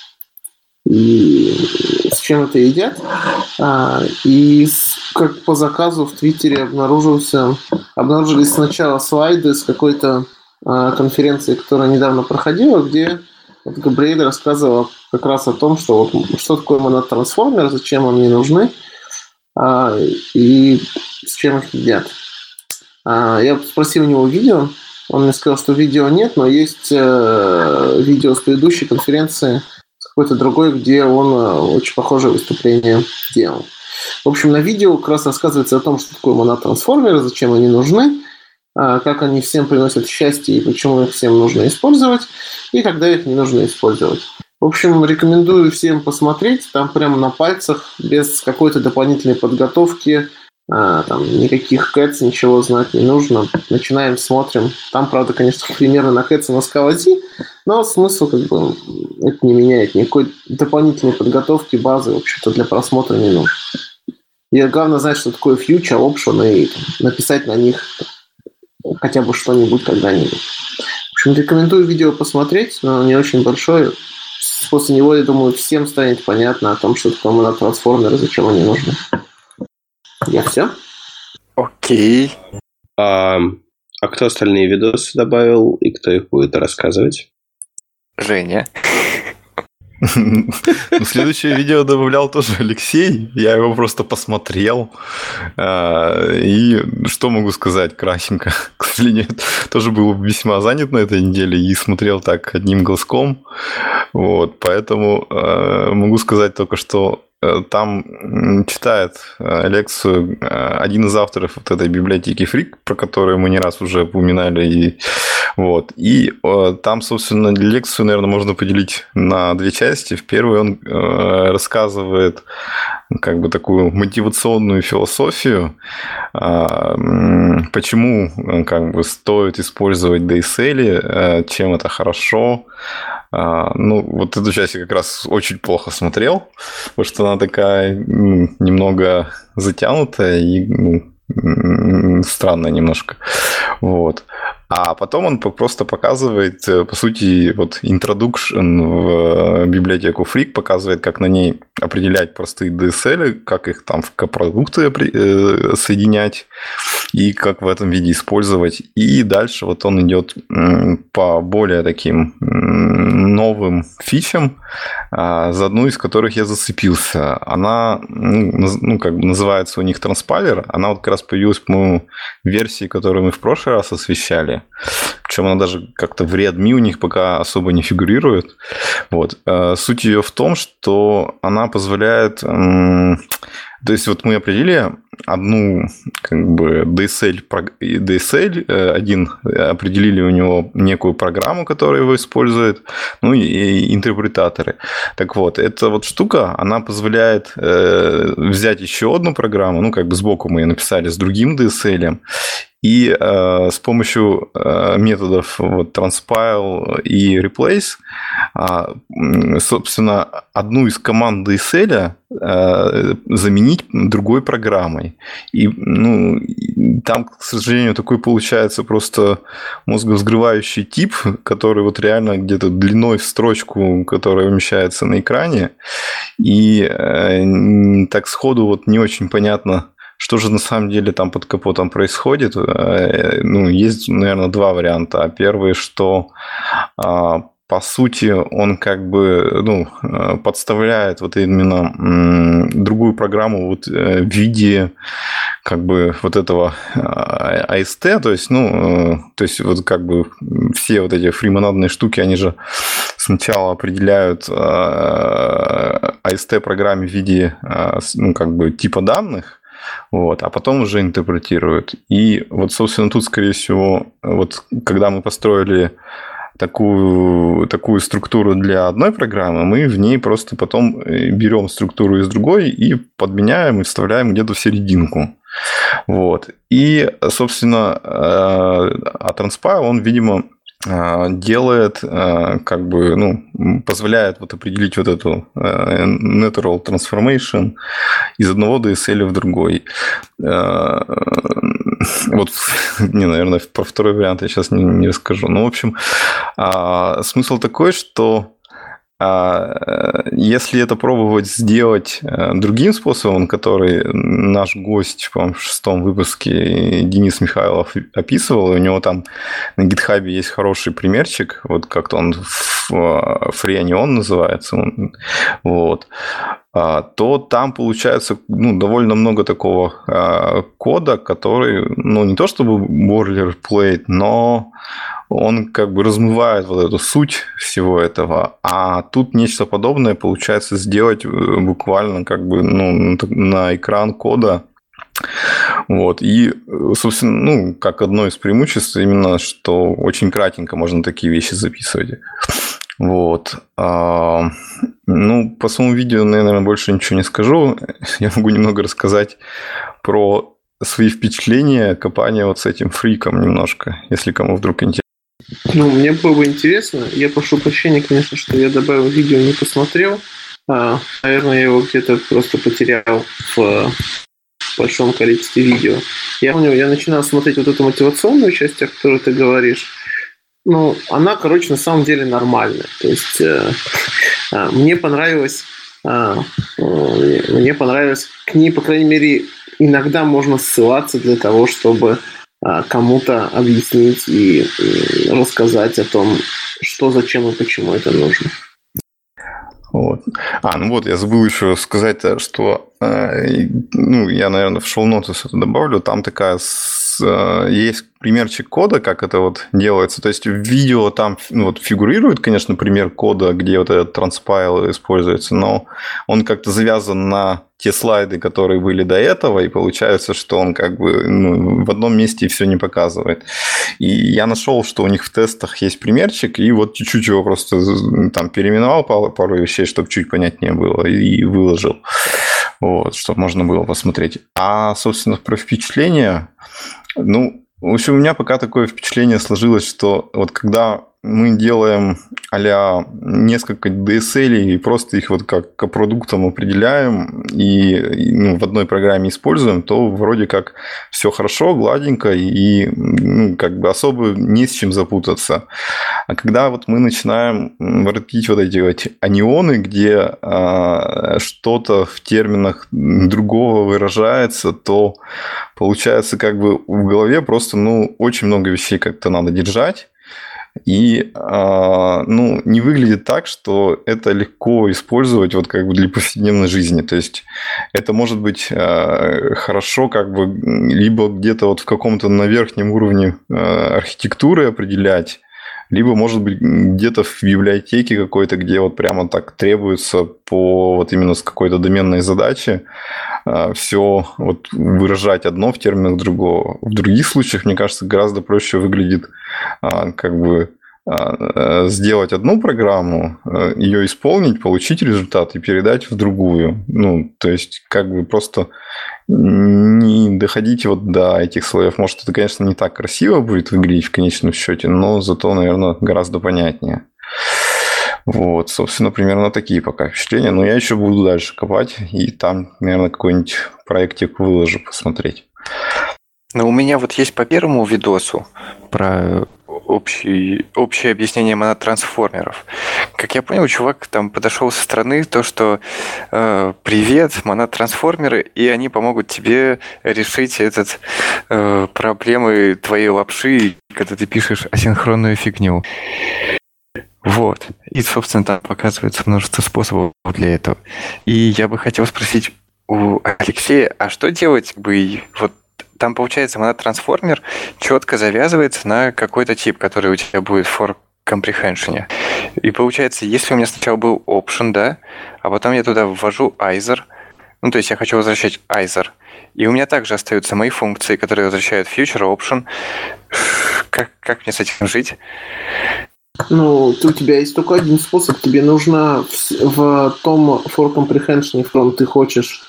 с чем это едят. И как по заказу в Твиттере обнаружились сначала слайды с какой-то конференции, которая недавно проходила, где Габриэль рассказывал как раз о том, что вот что такое монотрансформер, зачем они нужны и с чем их едят. Я спросил у него видео, он мне сказал, что видео нет, но есть видео с предыдущей конференции, с какой-то другой, где он очень похожее выступление делал. В общем, на видео как раз рассказывается о том, что такое монотрансформеры, зачем они нужны, как они всем приносят счастье и почему их всем нужно использовать, и когда их не нужно использовать. В общем, рекомендую всем посмотреть, там прямо на пальцах, без какой-то дополнительной подготовки, там никаких кэтс, ничего знать не нужно. Начинаем, смотрим. Там, правда, конечно, примерно на кэтс и на скалази, но смысл как бы это не меняет. Никакой дополнительной подготовки базы, в общем-то, для просмотра не нужно. И главное знать, что такое фьючер, опшн, и написать на них хотя бы что-нибудь когда-нибудь. В общем, рекомендую видео посмотреть, но не очень большое. После него, я думаю, всем станет понятно о том, что такое монотрансформеры, зачем они нужны. Я все? Окей. А кто остальные видосы добавил и кто их будет рассказывать? Женя. Следующее видео добавлял тоже Алексей. Я его просто посмотрел. И что могу сказать кратенько? К сожалению, тоже был весьма занят на этой неделе и смотрел так одним глазком. Вот, поэтому могу сказать только, что там читает лекцию один из авторов вот этой библиотеки Freak, про которую мы не раз уже упоминали. И там, собственно, лекцию, наверное, можно поделить на две части. В первой он рассказывает как бы такую мотивационную философию, почему как бы стоит использовать DSL, чем это хорошо. Вот эту часть я как раз очень плохо смотрел, потому что она такая немного затянутая и странная немножко. Вот. А потом он просто показывает, по сути, вот introduction в библиотеку Freak, показывает, как на ней определять простые DSL, как их там в копродукты соединять и как в этом виде использовать. И дальше вот он идет по более таким новым фичам, за одну из которых я зацепился. Она, как бы называется у них Transpiler. Она вот как раз появилась, по-моему, в версии, которую мы в прошлый раз освещали. Причем она даже как-то в Redmi у них пока особо не фигурирует. Вот. Суть ее в том, что она позволяет... То есть, вот мы определили одну как бы DSL один, определили у него некую программу, которая его использует, и интерпретаторы. Так вот, эта вот штука, она позволяет взять еще одну программу, как бы сбоку мы ее написали с другим DSL, и с помощью методов вот, transpile и replace, собственно, одну из команд DSL заменить другой программой. И там, к сожалению, такой получается просто мозговзрывающий тип, который вот реально где-то длиной в строчку, которая умещается на экране. И так сходу вот не очень понятно, что же на самом деле там под капотом происходит. Есть, наверное, два варианта. Первый, что по сути он как бы подставляет вот именно другую программу вот в виде как бы вот этого AST, то есть вот как бы все вот эти фримонадные штуки, они же сначала определяют AST программе в виде как бы типа данных, вот, а потом уже интерпретируют. И вот, собственно, тут, скорее всего, вот когда мы построили такую структуру для одной программы, мы в ней просто потом берем структуру из другой и подменяем и вставляем где-то в серединку. Вот. И, собственно, Transpile, он, видимо, делает, как бы, позволяет вот определить вот эту natural transformation из одного DSL в другой. Вот, наверное, про второй вариант я сейчас не расскажу. В общем, смысл такой, что если это пробовать сделать другим способом, который наш гость, по-моему, в 6-м выпуске Денис Михайлов описывал, и у него там на GitHub есть хороший примерчик, вот как-то он FreeAnion называется, вот, то там получается довольно много такого кода, который, не то чтобы boilerplate, но он как бы размывает вот эту суть всего этого, а тут нечто подобное получается сделать буквально как бы на экран кода. Вот. И, собственно, как одно из преимуществ именно, что очень кратенько можно такие вещи записывать. Вот. По самому видео, наверное, больше ничего не скажу. Я могу немного рассказать про свои впечатления копания вот с этим фриком немножко, если кому вдруг интересно. Мне было бы интересно. Я прошу прощения, конечно, что я добавил видео, не посмотрел. Наверное, я его где-то просто потерял в большом количестве видео. Я помню, я начинал смотреть вот эту мотивационную часть, о которой ты говоришь. Она, на самом деле нормальная. То есть мне понравилось к ней, по крайней мере, иногда можно ссылаться для того, чтобы кому-то объяснить и рассказать о том, что, зачем и почему это нужно. Вот. Я забыл еще сказать, что я, наверное, в шоу-ноты это добавлю, там такая есть примерчик кода, как это вот делается. То есть в видео там фигурирует, конечно, пример кода, где вот этот транспайл используется, но он как-то завязан на те слайды, которые были до этого, и получается, что он как бы в одном месте все не показывает. И я нашел, что у них в тестах есть примерчик, и вот чуть-чуть его просто там переименовал пару вещей, чтобы чуть понятнее было, и выложил. Вот, чтобы можно было посмотреть. А, собственно, про впечатления, в общем, у меня пока такое впечатление сложилось, что вот когда мы делаем а-ля несколько DSL и просто их вот как к продуктам определяем и в одной программе используем, то вроде как все хорошо, гладенько и как бы особо не с чем запутаться. А когда вот мы начинаем воротить вот эти анионы, где что-то в терминах другого выражается, то получается как бы в голове просто очень много вещей как-то надо держать. И не выглядит так, что это легко использовать вот как бы для повседневной жизни. То есть это может быть хорошо как бы либо где-то вот в каком-то на верхнем уровне архитектуры определять, либо, может быть, где-то в библиотеке какой-то, где вот прямо так требуется по вот именно с какой-то доменной задаче все вот выражать одно в терминах другого. В других случаях, мне кажется, гораздо проще выглядит как бы сделать одну программу, ее исполнить, получить результат и передать в другую. То есть, как бы просто не доходите вот до этих слоев. Может, это, конечно, не так красиво будет выглядеть в конечном счете, но зато, наверное, гораздо понятнее. Вот, собственно, примерно такие пока впечатления. Но я еще буду дальше копать, и там, наверное, какой-нибудь проектик выложу посмотреть. У меня вот есть по первому видосу про общее объяснение монотрансформеров. Как я понял, чувак там подошел со стороны, то, что привет, монотрансформеры, и они помогут тебе решить проблемы твоей лапши, когда ты пишешь асинхронную фигню. Вот. И, собственно, там показывается множество способов для этого. И я бы хотел спросить у Алексея, а что делать вот там, получается, монотрансформер четко завязывается на какой-то тип, который у тебя будет for comprehension. И получается, если у меня сначала был option, да, а потом я туда ввожу either, то есть я хочу возвращать either, и у меня также остаются мои функции, которые возвращают future, option. Как мне с этим жить? У тебя есть только один способ. Тебе нужно в том for comprehension, в котором ты хочешь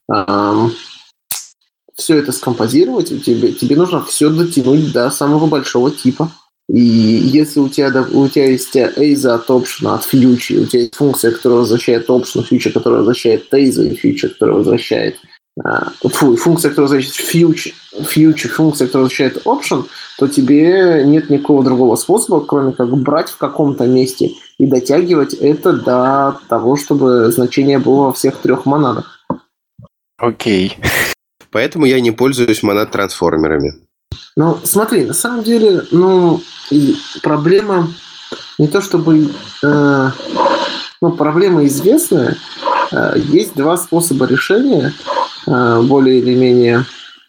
все это скомпозировать, тебе нужно все дотянуть до самого большого типа. И если у тебя есть either от option, от future, у тебя есть функция, которая возвращает option, future, которая возвращает either, и future, которая возвращает функция, которая возвращает future, функция, которая возвращает option, то тебе нет никакого другого способа, кроме как брать в каком-то месте и дотягивать это до того, чтобы значение было во всех 3 монадах. Окей. Поэтому я не пользуюсь монад-трансформерами. Ну, смотри, на самом деле, проблема не то чтобы... проблема известная. Есть 2 способа решения, более или менее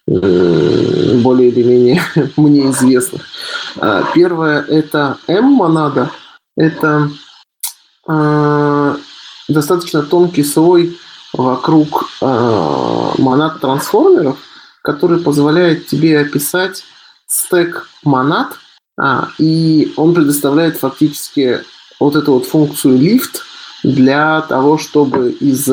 мне известных. Первое – это M-монада. Это достаточно тонкий слой вокруг монад-трансформеров, который позволяет тебе описать стек монад, и он предоставляет фактически вот эту вот функцию lift для того, чтобы из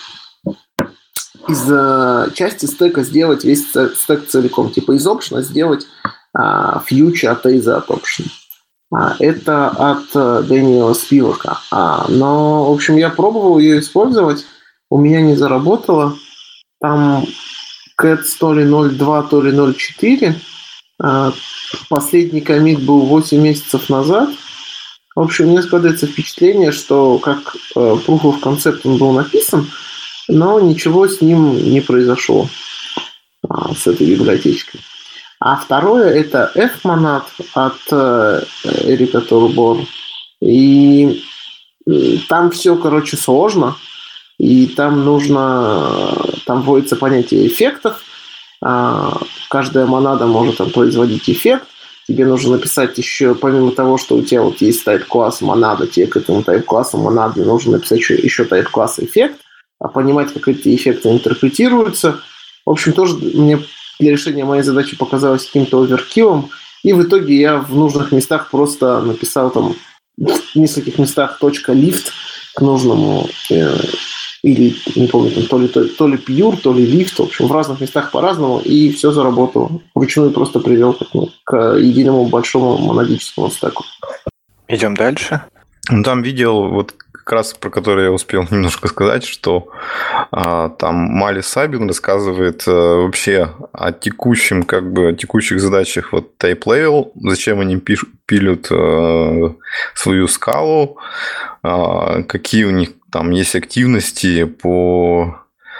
части стека сделать весь стек целиком. Типа из option сделать future от из от option. Это от Дэниела Спивака. Но, в общем, я пробовал ее использовать. У меня не заработало. Там CATS то ли 0.2, то ли 0.4. Последний коммит был 8 месяцев назад. В общем, мне складывается впечатление, что как Proof of Concept он был написан, но ничего с ним не произошло с этой библиотечкой. А второе – это F-монад от Эрика Торбор. И там все, сложно. И там вводится понятие эффектов. Каждая монада может производить эффект. Тебе нужно написать еще, помимо того, что у тебя вот есть тайп-класс монада, тебе к этому тайп-классу монады нужно написать еще тайп-класс эффект, понимать, как эти эффекты интерпретируются. В общем, тоже мне для решения моей задачи показалось каким-то оверкиллом. И в итоге я в нужных местах просто написал там в нескольких местах .lift к нужному, или, не помню, там, то ли pure, то ли lift, в общем, в разных местах по-разному, и все заработало. Вручную просто привел к единому большому монадическому стеку. Идем дальше. Там видел, вот как раз про который я успел немножко сказать, что там Мали Сабин рассказывает вообще о текущих задачах вот type level, зачем они пилят свою скалу, какие у них там есть активности по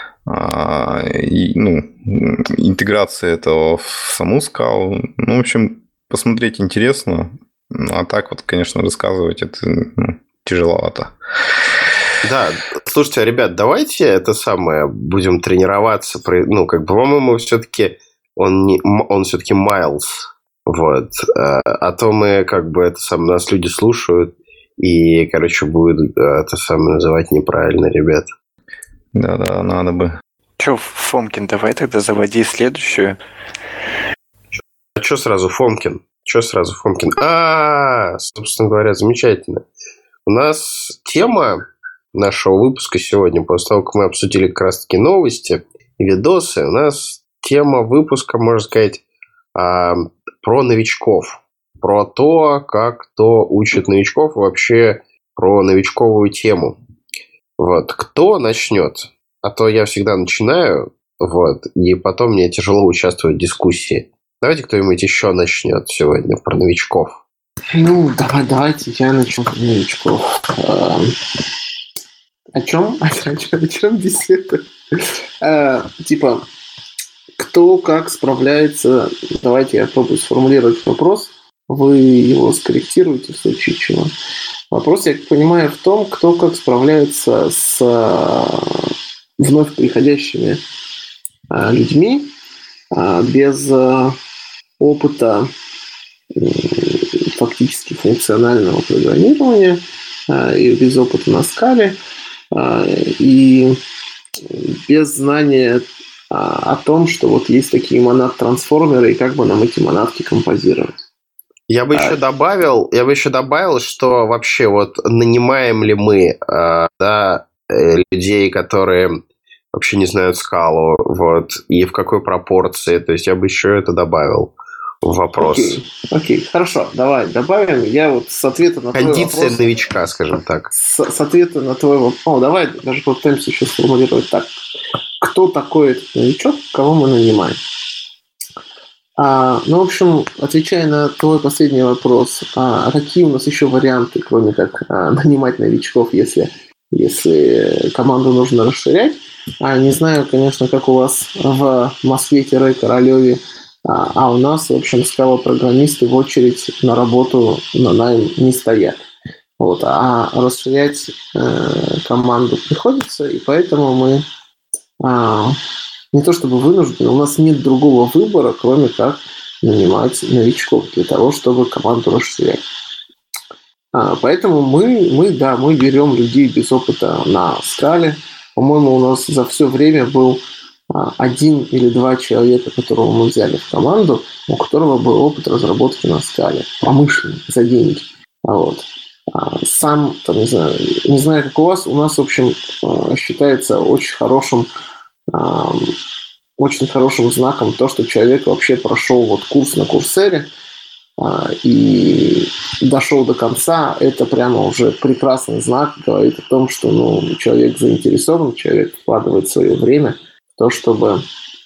интеграции этого в саму скалу. В общем, посмотреть интересно. А так вот, конечно, рассказывать это тяжеловато. Да, слушайте, ребят, давайте будем тренироваться. По-моему, все-таки он все-таки Майлз. Вот. А то мы нас люди слушают и, будут называть неправильно, ребят. Да, надо бы. Че, Фомкин, давай тогда заводи следующую. А что сразу Фомкин? Собственно говоря, замечательно. У нас тема нашего выпуска сегодня, после того, как мы обсудили как раз-таки новости и видосы, у нас тема выпуска, можно сказать, про новичков. Про то, как кто учит новичков, и вообще про новичковую тему. Вот. Кто начнет? А то я всегда начинаю, и потом мне тяжело участвовать в дискуссии. Давайте кто-нибудь еще начнет сегодня про новичков. Давайте я начну про новичков. О чем беседа? Кто как справляется... Давайте я попробую сформулировать вопрос. Вы его скорректируете в случае чего. Вопрос, я понимаю, в том, кто как справляется с вновь приходящими людьми без опыта фактически функционального программирования и без опыта на скале и без знания о том, что вот есть такие монад-трансформеры и как бы нам эти монадки композировать. Я бы еще добавил, что вообще вот нанимаем ли мы людей, которые вообще не знают скалу, и в какой пропорции. То есть я бы еще это добавил в вопрос. Окей, хорошо, давай добавим. Я вот с ответа на твой вопрос... Кондиция новичка, скажем так. С ответа на твой вопрос... давай даже попытаемся еще сформулировать так. Кто такой этот новичок, кого мы нанимаем? Ну, в общем, отвечая на твой последний вопрос, какие у нас еще варианты, кроме как нанимать новичков, если команду нужно расширять? Не знаю, конечно, как у вас в Москве-Королеве, у нас, в общем, скала-программисты в очередь на работу на найм не стоят. Вот, расширять команду приходится, и поэтому мы не то чтобы вынуждены, у нас нет другого выбора, кроме как нанимать новичков для того, чтобы команду расширять. Поэтому мы берем людей без опыта на скале. По-моему, у нас за все время был 1 или 2 человека, которого мы взяли в команду, у которого был опыт разработки на скале, промышленный, за деньги. Вот. Сам, там, не знаю, как у вас, у нас, в общем, считается очень хорошим знаком то, что человек вообще прошел курс на Курсере и дошел до конца. Это прямо уже прекрасный знак, говорит о том, что человек заинтересован, человек вкладывает свое время в то, чтобы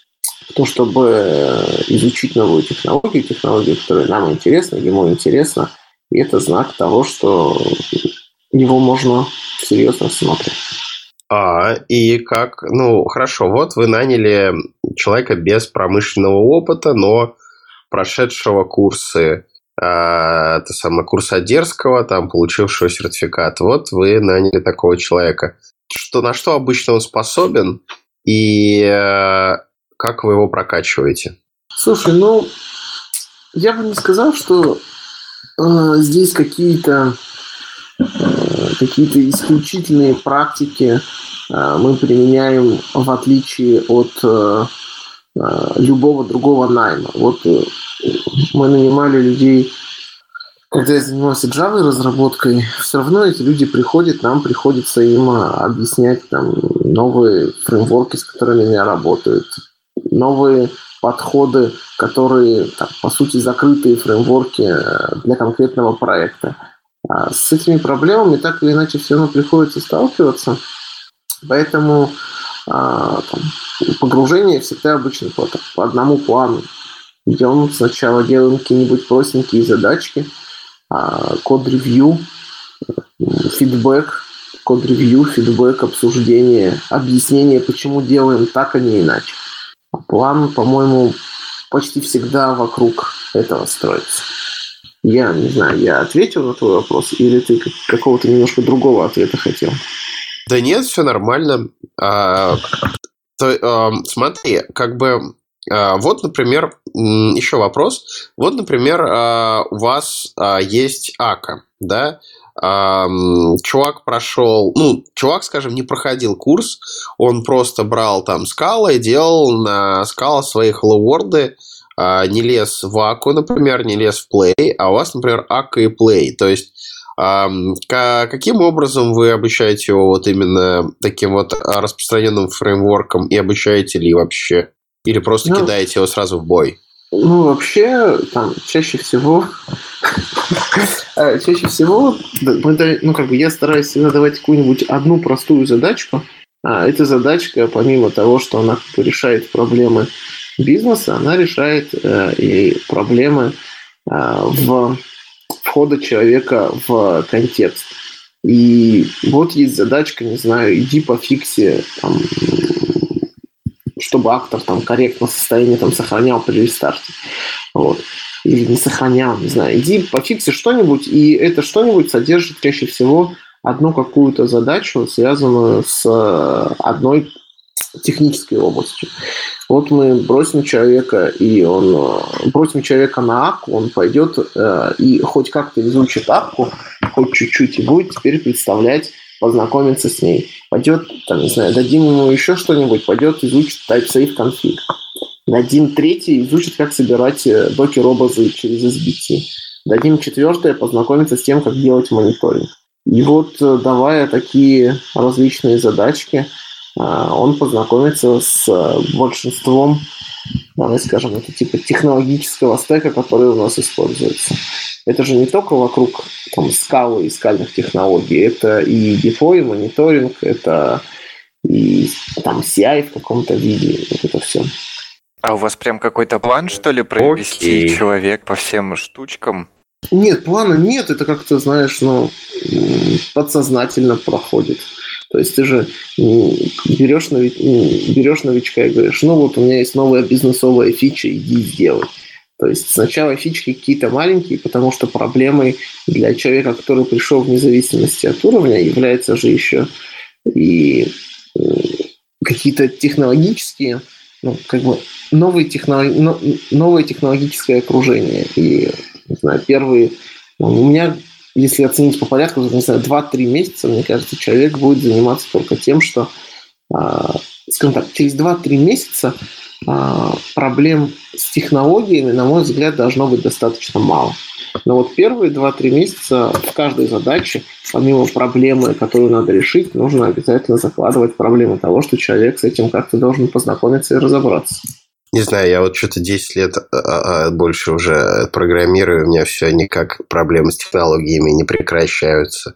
изучить новую технологию, которая нам интересна, ему интересна. И это знак того, что его можно всерьез рассмотреть. И как? Хорошо, вот вы наняли человека без промышленного опыта, но прошедшего курсы, курсодерского, получившего сертификат. Вот вы наняли такого человека. На что обычно он способен и как вы его прокачиваете? Слушай, я бы не сказал, что здесь какие-то исключительные практики мы применяем в отличие от любого другого найма. Вот мы нанимали людей, когда я занимался Java разработкой, все равно эти люди приходят, нам приходится им объяснять новые фреймворки, с которыми они работают, новые подходы, которые, по сути, закрытые фреймворки для конкретного проекта. С этими проблемами так или иначе все равно приходится сталкиваться, поэтому погружение всегда обычно по одному плану. Идем сначала, делаем какие-нибудь простенькие задачки, код-ревью, фидбэк, обсуждение, объяснение, почему делаем так, а не иначе. План, по-моему, почти всегда вокруг этого строится. Я не знаю, я ответил на твой вопрос, или ты какого-то немножко другого ответа хотел? Да нет, все нормально. Смотри, вот, например, еще вопрос. Вот, например, у вас есть АКА, да? Чувак прошел, скажем, не проходил курс, он просто брал скалы и делал на скала свои Hello World, не лез в АКу, например, не лез в Play, а у вас, например, АКа и Play. То есть, каким образом вы обучаете его именно таким распространенным фреймворком и обучаете ли вообще? Или просто кидаете его сразу в бой? Вообще, чаще всего, я стараюсь всегда давать какую-нибудь одну простую задачку. Эта задачка, помимо того, что она решает проблемы бизнеса, она решает и проблемы входа человека в контекст. И вот есть задачка, не знаю, иди пофикси, чтобы актор корректно состояние сохранял при рестарте. Вот. Или не сохранял, не знаю. Иди пофикси что-нибудь, и это что-нибудь содержит чаще всего одну какую-то задачу, связанную с одной технической областью. Вот мы бросим человека на АКку, он пойдет и хоть как-то изучит АКку, хоть чуть-чуть, и будет теперь представлять, познакомиться с ней. Пойдет, дадим ему еще что-нибудь, пойдет изучит TypeSafe конфиг. Дадим третий, изучит, как собирать докер-образы через SBT. Дадим четвертое, познакомиться с тем, как делать мониторинг. И вот, давая такие различные задачки, он познакомится с большинством, скажем, это типа технологического стека, который у нас используется. Это же не только вокруг скалы и скальных технологий, это и деплой, и мониторинг, это и CI в каком-то виде, вот это все. А у вас прям какой-то план, что ли, провести Окей. человек по всем штучкам? Нет, плана нет, это как-то, знаешь, подсознательно проходит. То есть ты же берешь новичка и говоришь, вот у меня есть новая бизнесовая фича, иди сделай. То есть сначала фички какие-то маленькие, потому что проблемой для человека, который пришел вне зависимости от уровня, является же еще и какие-то технологические, новое технологическое окружение. И, не знаю, первые... У меня, если оценить по порядку, не знаю, 2-3 месяца, мне кажется, человек будет заниматься только тем, что, скажем так, через 2-3 месяца проблем с технологиями, на мой взгляд, должно быть достаточно мало. Но вот первые 2-3 месяца в каждой задаче, помимо проблемы, которую надо решить, нужно обязательно закладывать проблемы того, что человек с этим как-то должен познакомиться и разобраться. Не знаю, я вот что-то 10 лет больше уже программирую, у меня все никак проблемы с технологиями не прекращаются.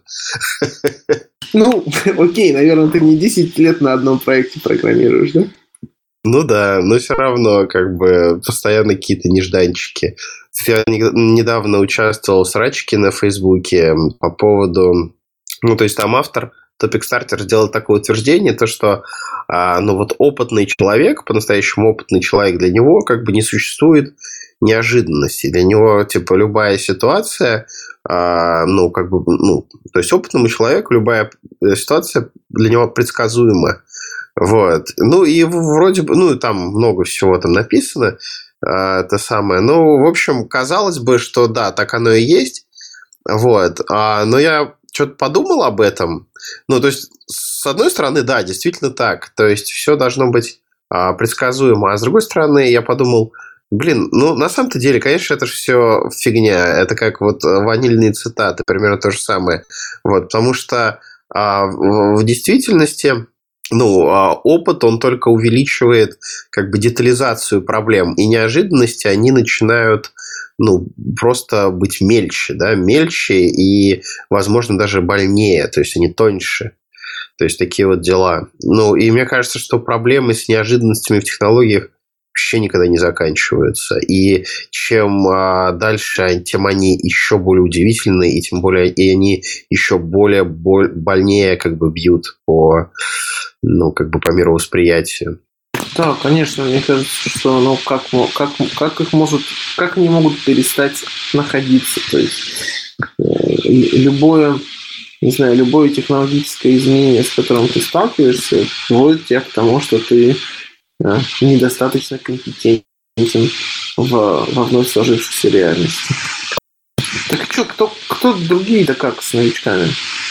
Окей, наверное, ты не 10 лет на одном проекте программируешь, да? Ну да, но все равно постоянно какие-то нежданчики. Я недавно участвовал в срачке на Фейсбуке по поводу... то есть там автор Topic Starter сделал такое утверждение, то что опытный человек, по-настоящему опытный человек, для него не существует неожиданностей. Для него любая ситуация, то есть опытному человеку любая ситуация для него предсказуема. Вот. И вроде бы, там много всего там написано, это самое. В общем, казалось бы, что да, так оно и есть. Вот. Но я что-то подумал об этом. То есть, с одной стороны, да, действительно так. То есть, все должно быть предсказуемо. А с другой стороны, я подумал, на самом-то деле, конечно, это же все фигня. Это как ванильные цитаты, примерно то же самое. Вот. Потому что в действительности... опыт, он только увеличивает детализацию проблем, и неожиданности, они начинают, просто быть мельче, да, мельче и, возможно, даже больнее, то есть они тоньше. То есть такие вот дела. И мне кажется, что проблемы с неожиданностями в технологиях вообще никогда не заканчиваются. И чем дальше, тем они еще более удивительны, и тем более и они еще более больнее бьют по мировосприятию. Да, конечно, мне кажется, что как они могут перестать находиться? То есть любое технологическое изменение, с которым ты сталкиваешься, приводит тебя к тому, что ты недостаточно компетентен во вновь сложившейся реальности. Так что, кто другие-то как с новичками?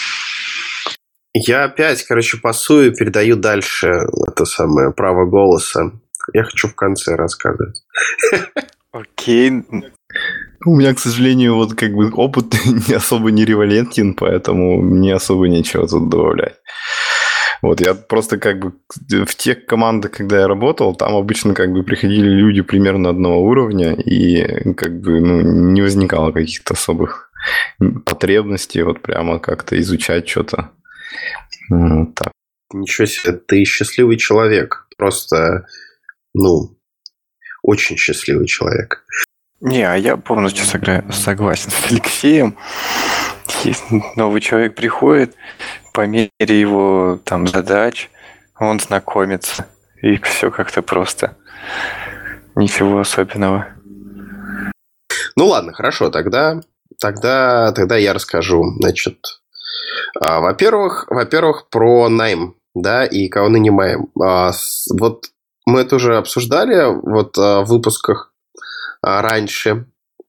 Я опять, пасую и передаю дальше это самое право голоса. Я хочу в конце рассказывать. Окей. У меня, к сожалению, опыт не особо не релевантен, поэтому мне особо нечего тут добавлять. Вот, я просто в тех командах, когда я работал, там обычно приходили люди примерно одного уровня, и не возникало каких-то особых потребностей прямо как-то изучать что-то. Так. Ничего себе, ты счастливый человек. Просто, очень счастливый человек. Не, а я полностью согласен с Алексеем. Если новый человек приходит, по мере его задач, он знакомится. И все как-то просто. Ничего особенного. Ладно, хорошо, тогда я расскажу. Значит, во-первых, про найм, да, и кого нанимаем. Вот мы это уже обсуждали в выпусках раньше.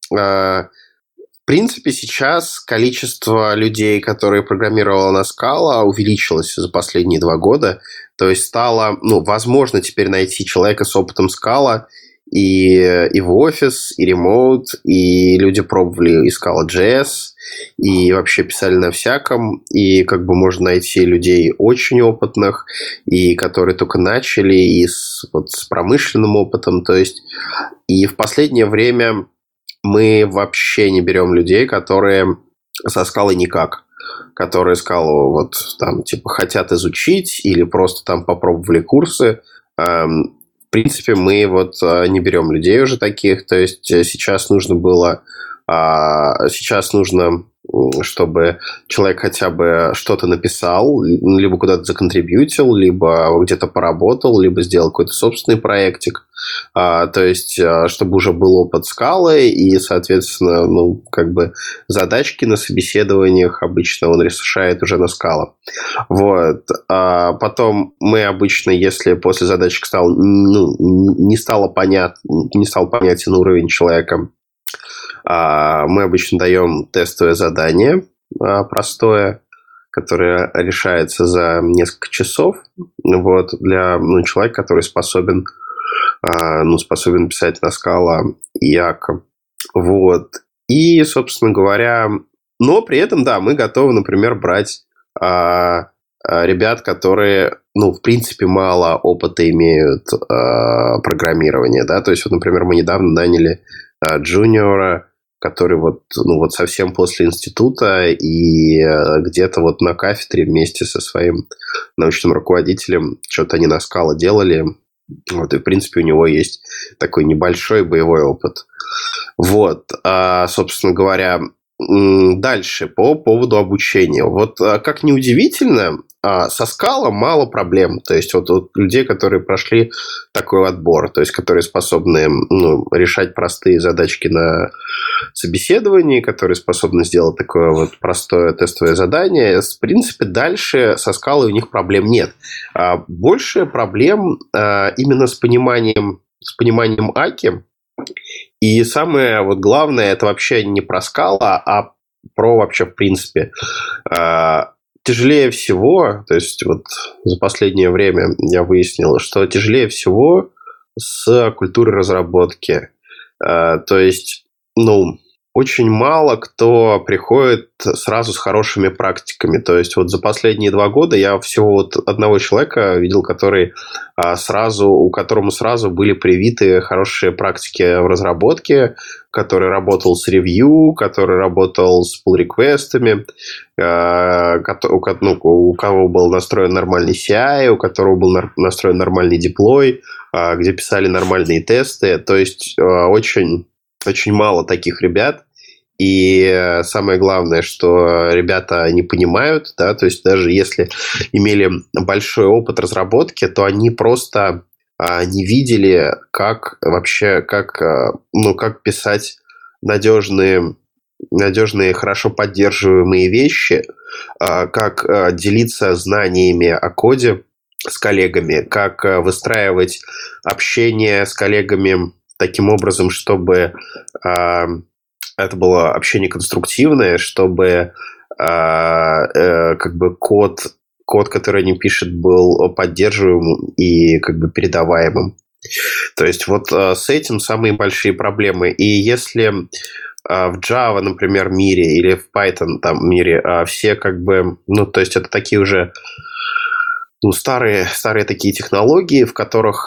В принципе, сейчас количество людей, которые программировало на Scala, увеличилось за последние 2 года. То есть стало, возможно теперь найти человека с опытом Scala и в офис, и ремоут, и люди пробовали и Scala.js, и вообще писали на всяком, и можно найти людей очень опытных, и которые только начали, и с промышленным опытом. То есть, и в последнее время мы вообще не берем людей, которые со Scala никак, которые Scala хотят изучить или просто попробовали курсы. В принципе, мы вот не берем людей уже таких. То есть сейчас нужно, чтобы человек хотя бы что-то написал, либо куда-то законтрибьютил, либо где-то поработал, либо сделал какой-то собственный проектик. То есть, чтобы уже был опыт скалы, и, соответственно, задачки на собеседованиях обычно он решает уже на скала. Вот. Потом мы обычно, если после задачек не стал понятен уровень человека, мы обычно даем тестовое задание простое, которое решается за несколько часов. Вот, для человека, который способен писать на скала и Akka. Вот. И, собственно говоря, но при этом, да, мы готовы, например, брать ребят, которые, в принципе, мало опыта имеют программирования, да, то есть, вот, например, мы недавно наняли джуниора, который совсем после института и где-то вот на кафедре вместе со своим научным руководителем что-то они на скала делали. Вот, и, в принципе, у него есть такой небольшой боевой опыт. Вот, собственно говоря, дальше по поводу обучения. Вот, как ни удивительно, со скала мало проблем. То есть, вот людей, которые прошли такой отбор, то есть, которые способны решать простые задачки на собеседовании, которые способны сделать такое вот простое тестовое задание, в принципе, дальше со скалой у них проблем нет. Больше проблем именно с пониманием Аки. И самое вот главное, это вообще не про скала, а про вообще в принципе. Тяжелее всего, то есть вот за последнее время я выяснил, что тяжелее всего с культурой разработки. То есть, очень мало кто приходит сразу с хорошими практиками. То есть, вот за последние 2 года я всего вот одного человека видел, у которому сразу были привиты хорошие практики в разработке, который работал с ревью, который работал с pull-реквестами, у кого был настроен нормальный CI, у которого был настроен нормальный деплой, где писали нормальные тесты. То есть, очень мало таких ребят. И самое главное, что ребята не понимают, да, то есть даже если имели большой опыт разработки, то они просто не видели, как писать надежные, хорошо поддерживаемые вещи, как делиться знаниями о коде с коллегами, как выстраивать общение с коллегами таким образом, чтобы это было общение конструктивное, чтобы код, который они пишут, был поддерживаемым и передаваемым. То есть вот с этим самые большие проблемы. И если в Java, например, мире или в Python мире все то есть это такие уже старые такие технологии, в которых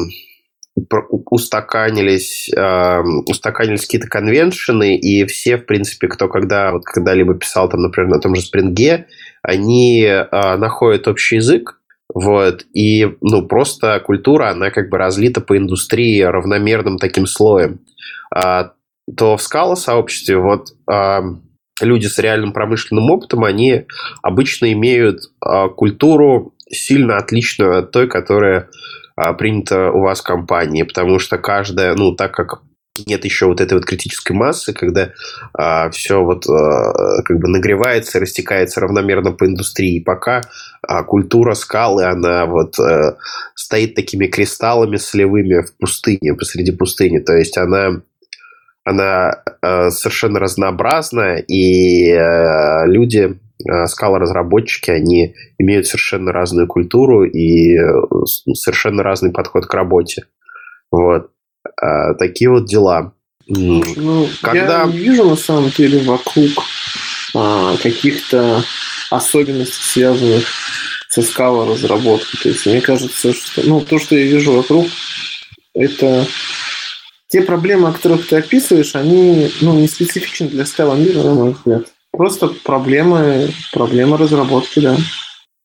устаканились какие-то конвеншены, и все, в принципе, кто когда-либо писал, например, на том же Spring, они находят общий язык, вот, и, просто культура, она разлита по индустрии равномерным таким слоем. То в Scala-сообществе люди с реальным промышленным опытом, они обычно имеют культуру сильно отличную от той, которая принято у вас в компании, потому что каждая, так как нет еще вот этой вот критической массы, когда все нагревается, растекается равномерно по индустрии, пока культура скалы, она стоит такими кристаллами солевыми в пустыне, посреди пустыни, то есть она совершенно разнообразна, и люди, скала-разработчики, они имеют совершенно разную культуру и совершенно разный подход к работе. Вот. Такие вот дела. Я не вижу, на самом деле, вокруг каких-то особенностей, связанных со скала-разработкой. То есть, мне кажется, что то, что я вижу вокруг, это те проблемы, о которых ты описываешь, они не специфичны для скала-мира, на мой взгляд. Просто проблемы разработки, да.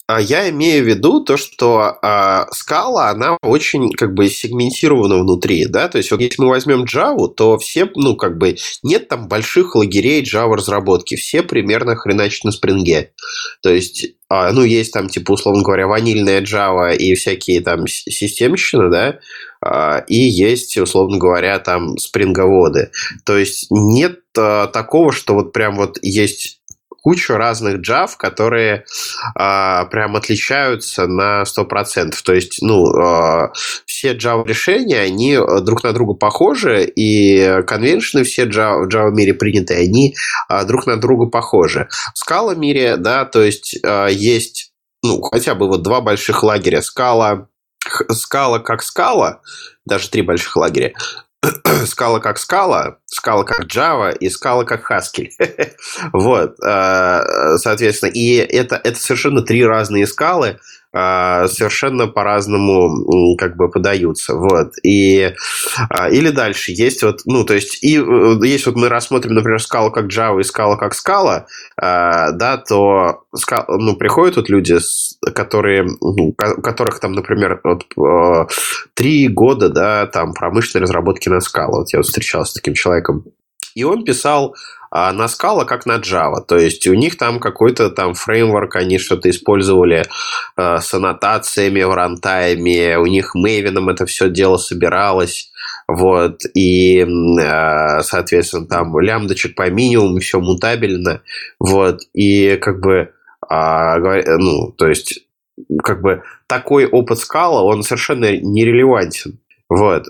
я имею в виду то, что скала, она очень как бы сегментирована внутри, да, то есть вот если мы возьмем Java, то все, ну, как бы нет там больших лагерей Java разработки, все примерно хреначат на спринге, то есть, ну, есть там, типа, условно говоря, ванильная Java и всякие там системщины, да, и есть, условно говоря, там спринговоды, то есть нет такого, что вот прям вот есть кучу разных Java, которые прям отличаются на 100%. То есть, ну, все Java-решения, они друг на друга похожи, и конвеншены все в Java мире принятые, они друг на друга похожи. В Scala мире, да, то есть, есть, ну, хотя бы вот два больших лагеря. Scala как Scala, даже три больших лагеря. Scala как Scala, Scala как Java и Scala как Haskell. Вот, соответственно, и это совершенно три разные скалы, совершенно по-разному как бы подаются. Вот. И, или дальше есть вот, ну, то есть, и если вот мы рассмотрим, например, Scala как Java и Scala как Scala, да, то ну, приходят вот люди, которые, ну, у которых там, например, вот, 3 года, да, там, промышленной разработки на Scala. Вот я вот встречался с таким человеком. И он писал на Scala как на Java. То есть у них там какой-то там фреймворк, они что-то использовали с аннотациями в рантайме, у них Maven это все дело собиралось. Вот, и, соответственно, там лямбдочек по минимуму, все мутабельно. Вот, и как бы, ну, то есть, как бы такой опыт Scala, он совершенно нерелевантен. Вот.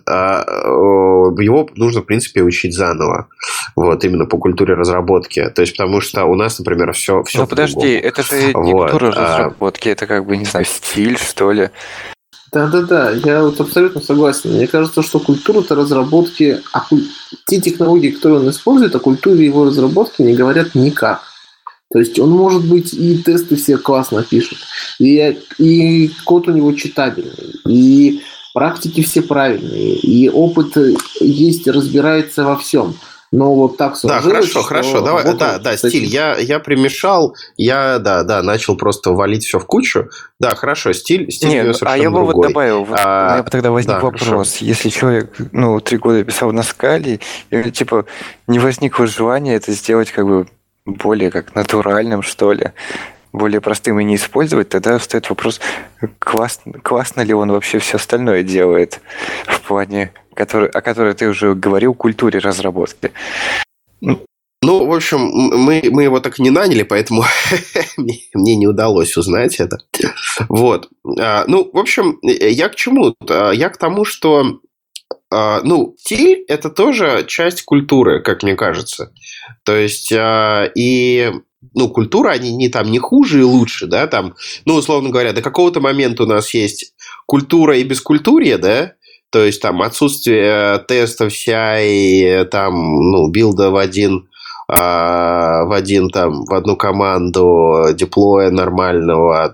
Его нужно, в принципе, учить заново. Вот, именно по культуре разработки. То есть, потому что у нас, например, все. Ну, подожди, это же не культура разработки, это как бы, не знаю, стиль, что ли. Да, я вот абсолютно согласен. Мне кажется, что культура-то разработки, те технологии, которые он использует, о культуре его разработки не говорят никак. То есть он, может быть, и тесты все классно пишет, и код у него читабельный, и практики все правильные, и опыт есть, разбирается во всем. Но вот так сложилось. Да, хорошо. Давай, да, стиль. Я примешал, начал просто валить все в кучу. Да, хорошо, стиль нет, совершенно я бы другой. Вот добавил, у меня бы тогда возник вопрос. Хорошо. Если человек, 3 года писал на скале, и, типа, не возникло желания это сделать как бы более как натуральным, что ли, более простым и не использовать, тогда встает вопрос, классно ли он вообще все остальное делает в плане, о которой ты уже говорил, культуре разработки. Ну, в общем, мы его так и не наняли, поэтому мне не удалось узнать это. Вот. Ну, в общем, я к чему? Я к тому, что стиль – это тоже часть культуры, как мне кажется. То есть, культура, они не хуже и лучше, да, там, условно говоря, до какого-то момента у нас есть культура и бескультурье, да, то есть, там, отсутствие тестов CI, там, билда в одну команду, деплоя нормального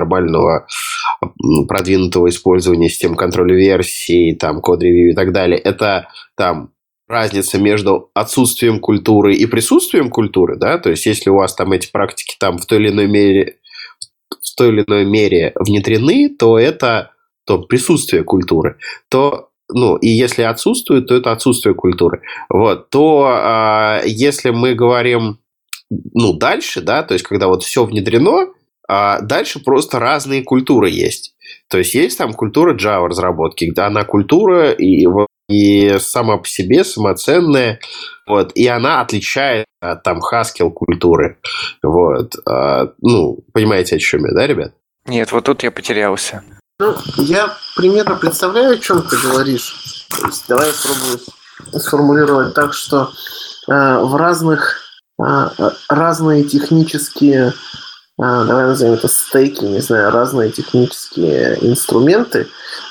продвинутого использования систем контроля версий, там, код-ревью и так далее. Это, там, разница между отсутствием культуры и присутствием культуры, да, то есть если у вас там эти практики там в той или иной мере внедрены, то это присутствие культуры, и если отсутствует, то это отсутствие культуры. Вот, то если мы говорим, дальше, да, то есть когда вот все внедрено, дальше просто разные культуры есть. То есть есть там культура Java разработки, да, она культура и сама по себе самоценная, вот, и она отличает от там Haskell культуры. Вот. Понимаете, о чем я, да, ребят? Нет, вот тут я потерялся. Я примерно представляю, о чем ты говоришь. То есть, давай я попробую сформулировать так, что разные технические, давай назовем это стейки, не знаю, разные технические инструменты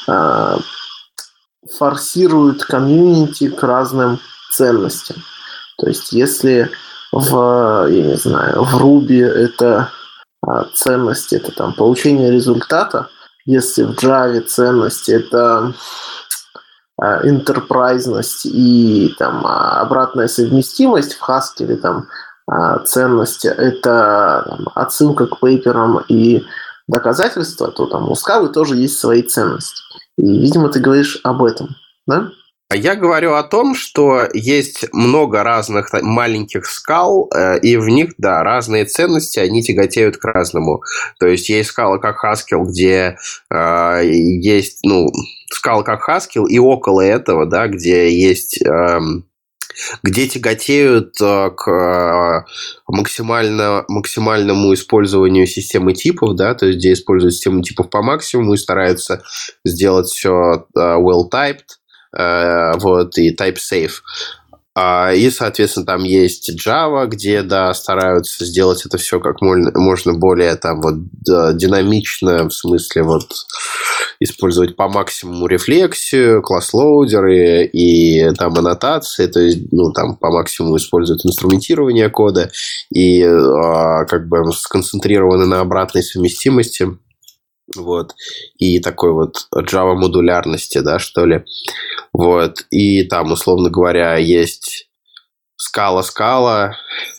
форсируют комьюнити к разным ценностям. То есть, если в Ruby это ценность, это там получение результата, если в Java ценность это интерпрайзность и там обратная совместимость, в Haskell там ценность это отсылка к пейперам и доказательства, то там у скалы тоже есть свои ценности. И, видимо, ты говоришь об этом, да? Я говорю о том, что есть много разных маленьких скал, и в них, да, разные ценности, они тяготеют к разному. То есть есть скала как Haskell, где есть, скала как Haskell, и около этого, да, где есть... где тяготеют к максимальному использованию системы типов, да, то есть где используют систему типов по максимуму и стараются сделать все well-typed, и type-safe. И, соответственно, там есть Java, где, да, стараются сделать это все как можно более динамично, в смысле использовать по максимуму рефлексию, класс-лоудеры и там аннотации, то есть, там по максимуму используют инструментирование кода и сконцентрированы на обратной совместимости. И такой Java модулярности, да, что ли. И там, условно говоря, есть скала,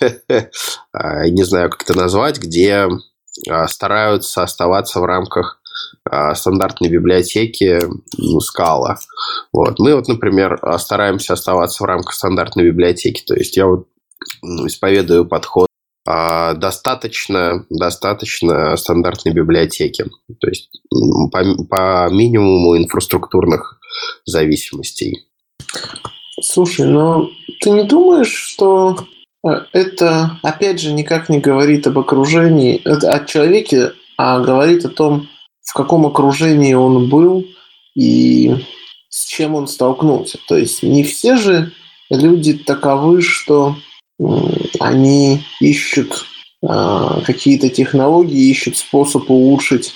не знаю, как это назвать, где стараются оставаться в рамках стандартной библиотеки скала. Мы, например, стараемся оставаться в рамках стандартной библиотеки. То есть я исповедую подход достаточно стандартной библиотеки. То есть по минимуму инфраструктурных зависимостей. Слушай, но ты не думаешь, что это, опять же, никак не говорит об окружении, о человеке, а говорит о том, в каком окружении он был и с чем он столкнулся? То есть не все же люди таковы, что они ищут какие-то технологии, ищут способ улучшить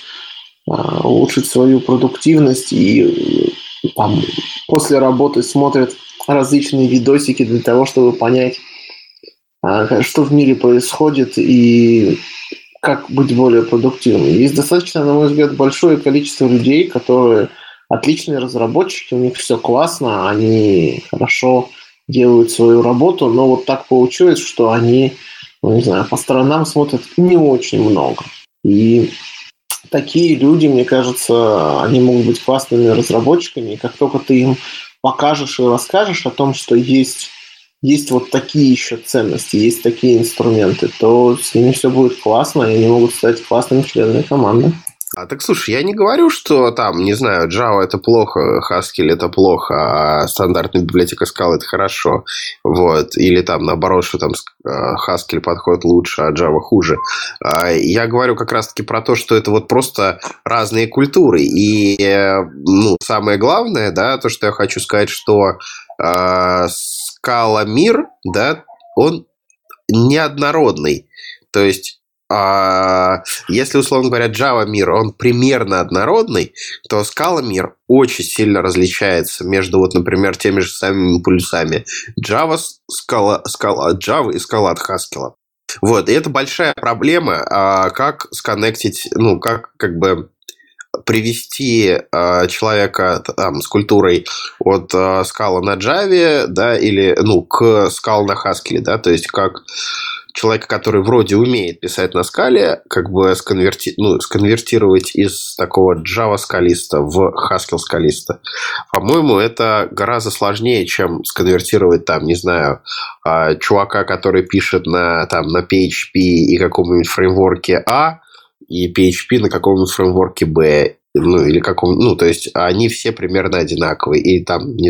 свою продуктивность и там, после работы смотрят различные видосики для того, чтобы понять, что в мире происходит и как быть более продуктивным. Есть достаточно, на мой взгляд, большое количество людей, которые отличные разработчики, у них все классно, они хорошо делают свою работу, но так получилось, что они, по сторонам смотрят не очень много. И такие люди, мне кажется, они могут быть классными разработчиками, и как только ты им покажешь и расскажешь о том, что есть такие еще ценности, есть такие инструменты, то с ними все будет классно, и они могут стать классными членами команды. Так, слушай, я не говорю, что там, не знаю, Java это плохо, Haskell это плохо, а стандартная библиотека Scala это хорошо. Или там наоборот, что там Haskell подходит лучше, а Java хуже. Я говорю как раз-таки про то, что это просто разные культуры. И самое главное, да, то, что я хочу сказать, что Scala мир, да, он неоднородный. То есть если, условно говоря, Java мир, он примерно однородный, то Scala мир очень сильно различается между, например, теми же самыми полюсами Java, Scala от Java и Scala от Haskell. И это большая проблема, как сконнектить, как бы привести человека с культурой от Scala на Java, да, или к Scala на Haskell, да, то есть как человека, который вроде умеет писать на скале, как бы сконвертировать из такого Java-скалиста в Haskell-скалиста. По-моему, это гораздо сложнее, чем сконвертировать, чувака, который пишет на PHP и каком-нибудь фреймворке А, и PHP на каком-нибудь фреймворке Б. Или то есть они все примерно одинаковые. И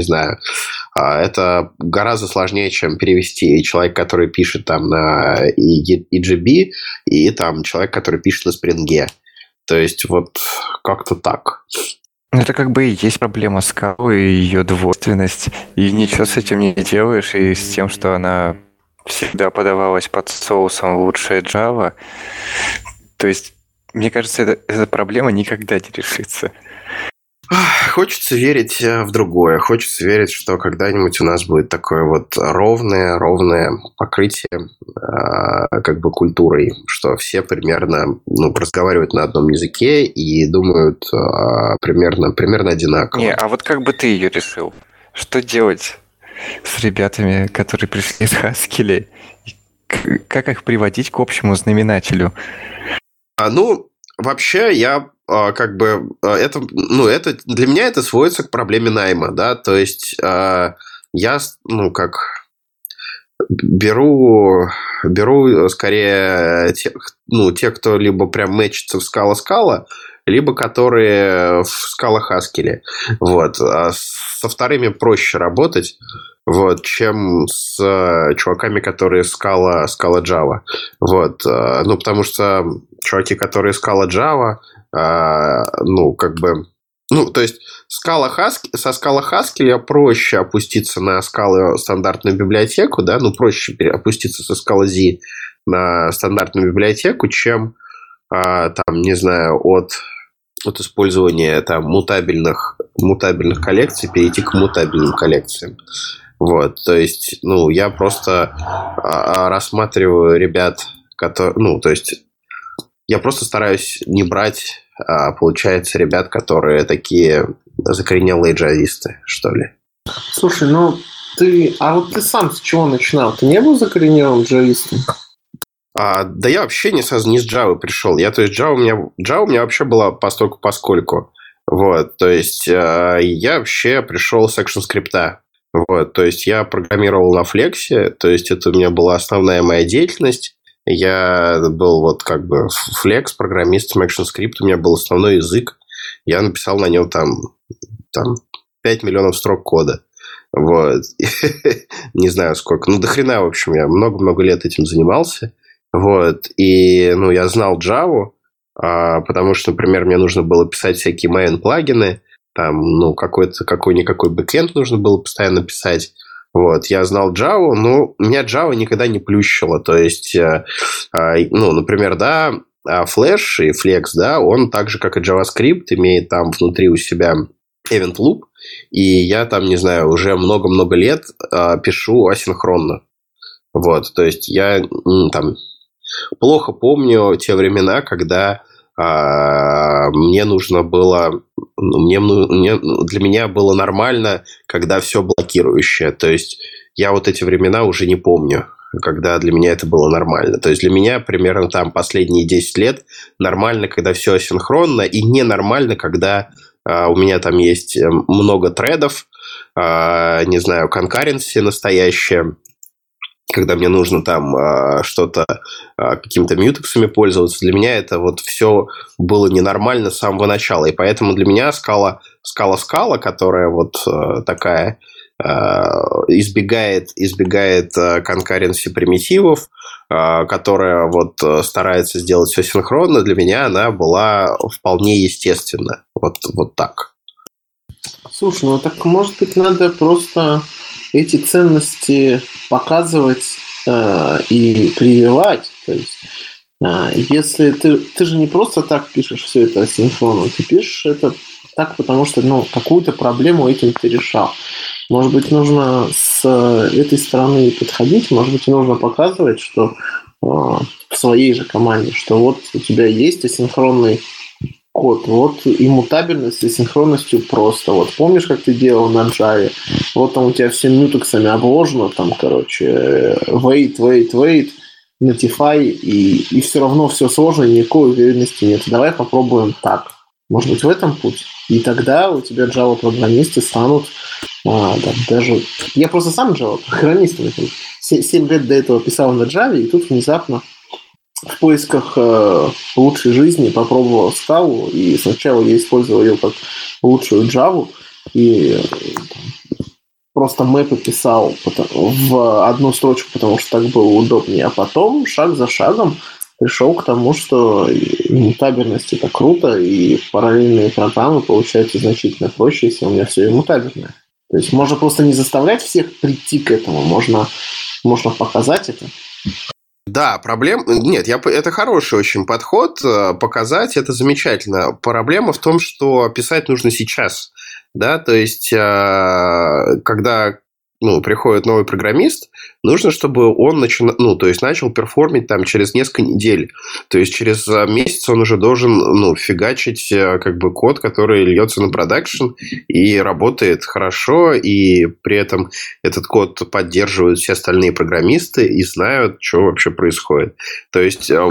это гораздо сложнее, чем перевести человека, который пишет на EGB, и человек, который пишет на Spring. То есть как-то так. Это как бы и есть проблема Scala и ее двойственность. И ничего с этим не делаешь, и с тем, что она всегда подавалась под соусом лучшая Java. То есть мне кажется, эта проблема никогда не решится. Хочется верить в другое. Хочется верить, что когда-нибудь у нас будет такое ровное покрытие культурой, что все примерно разговаривают на одном языке и думают примерно одинаково. Не, а как бы ты ее решил? Что делать с ребятами, которые пришли из Haskell? Как их приводить к общему знаменателю? вообще я это для меня это сводится к проблеме найма, да, то есть я, беру скорее тех, кто либо прям мэчится в скала-скала, либо которые в скала-хаскеле. Вот. А со вторыми проще работать, вот, чем с чуваками, которые скала Java. Вот. Потому что чуваки, которые скала Java, то есть со скала Haskell проще опуститься на скалу стандартную библиотеку, да, проще опуститься со скала Z на стандартную библиотеку, чем от использования там мутабельных коллекций перейти к мутабельным коллекциям. Вот, то есть, я просто рассматриваю ребят, я просто стараюсь не брать, получается, ребят, которые такие закоренелые джависты, что ли. Слушай, ты сам с чего начинал? Ты не был закоренелым джавистом? Да я вообще не с Java пришел. Java у меня вообще была постольку-поскольку. Вот, то есть я вообще пришел с ActionScript. Вот, то есть я программировал на Flex, то есть это у меня была основная моя деятельность. Я был Flex, программистом ActionScript, у меня был основной язык. Я написал на нем там 5 миллионов строк кода. Вот. Не знаю сколько. До хрена, в общем, я много-много лет этим занимался. Вот. И, я знал Java, потому что, например, мне нужно было писать всякие main-плагины, там, какой-никакой бэкэнд нужно было постоянно писать. Вот, я знал Java, но меня Java никогда не плющило. То есть, например, да, Flash и Flex, да, он так же, как и JavaScript, имеет там внутри у себя event loop, и я там, не знаю, уже много-много лет пишу асинхронно. Вот, то есть, я плохо помню те времена, когда мне нужно было... для меня было нормально, когда все блокирующее. То есть, я эти времена уже не помню, когда для меня это было нормально. То есть, для меня примерно последние 10 лет нормально, когда все асинхронно, и ненормально, когда у меня там есть много тредов, не знаю, конкуренция настоящая, когда мне нужно там что-то какими-то мьютексами пользоваться. Для меня это все было ненормально с самого начала. И поэтому для меня скала, которая такая избегает конкуренции примитивов, которая старается сделать все синхронно, для меня она была вполне естественна. Вот так. Слушай, так может быть надо просто эти ценности показывать и прививать. То есть, если ты же не просто так пишешь все это асинхронно, ты пишешь это так, потому что какую-то проблему этим ты решал. Может быть, нужно с этой стороны подходить, может быть, нужно показывать, что в своей же команде, что у тебя есть асинхронный код, и мутабельность и синхронностью просто. Помнишь, как ты делал на Java? Там у тебя все мютексами обложено, wait, notify, и все равно все сложно, никакой уверенности нет. Давай попробуем так. Может быть, в этом путь? И тогда у тебя Java-программисты станут даже... Я просто сам Java-программист. 7 лет до этого писал на Java, и тут внезапно в поисках лучшей жизни попробовал скалу, и сначала я использовал ее как лучшую Java, и просто мэпы писал в одну строчку, потому что так было удобнее, а потом шаг за шагом пришел к тому, что иммутабельность это круто, и параллельные программы получаются значительно проще, если у меня все иммутабельное. То есть можно просто не заставлять всех прийти к этому, можно показать это. Да, нет, это хороший очень подход, показать это замечательно. Проблема в том, что писать нужно сейчас, да, то есть когда приходит новый программист, нужно, чтобы он начал перформить там через несколько недель. То есть через месяц он уже должен фигачить как бы код, который льется на продакшн и работает хорошо, и при этом этот код поддерживают все остальные программисты и знают, что вообще происходит. То есть, я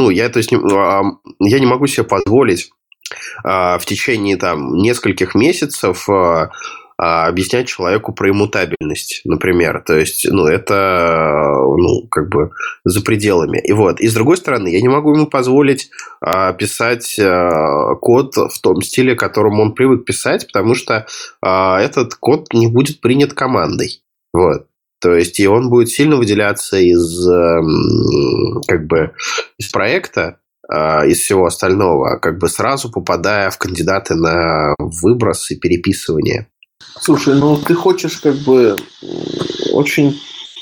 не могу себе позволить в течение там нескольких месяцев объяснять человеку про иммутабельность, например. То есть, это, как бы за пределами. И с другой стороны, я не могу ему позволить писать код в том стиле, которым он привык писать, потому что этот код не будет принят командой. Вот. То есть, и он будет сильно выделяться из проекта, из всего остального, как бы сразу попадая в кандидаты на выброс и переписывание. Слушай, ты хочешь очень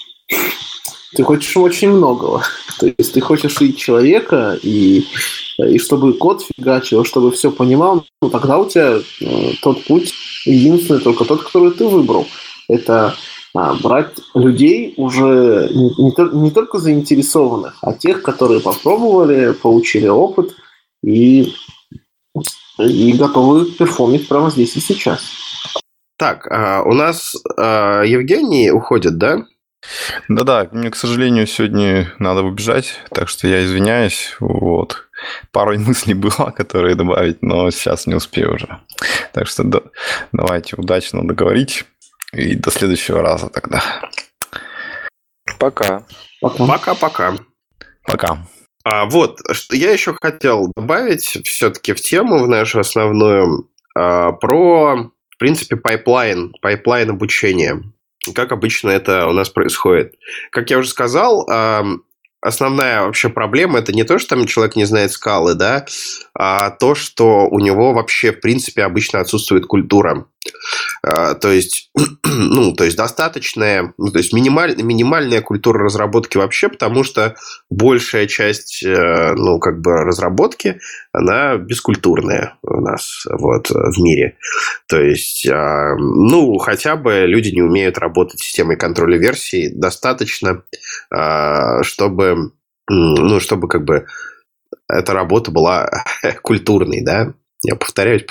многого. То есть ты хочешь и человека, и чтобы код фигачил, чтобы все понимал, тогда у тебя тот путь единственный, только тот, который ты выбрал. Это брать людей уже не только заинтересованных, а тех, которые попробовали, получили опыт и готовы перформить прямо здесь и сейчас. Так, у нас Евгений уходит, да? Да-да, мне, к сожалению, сегодня надо убежать, так что я извиняюсь. Вот. Пару мыслей было, которые добавить, но сейчас не успею уже. Так что давайте удачно договорить. И до следующего раза тогда. Пока. Пока-пока. Пока. Что я еще хотел добавить все-таки в тему, в нашу основную, про, в принципе, пайплайн обучения. Как обычно это у нас происходит. Как я уже сказал, основная вообще проблема – это не то, что там человек не знает скалы, да, а то, что у него вообще, в принципе, обычно отсутствует культура. То есть достаточная, то есть минимальная культура разработки вообще, потому что большая часть, разработки, она бескультурная у нас в мире. То есть, хотя бы люди не умеют работать с системой контроля версий достаточно, чтобы как бы эта работа была культурной, да. Я повторяюсь.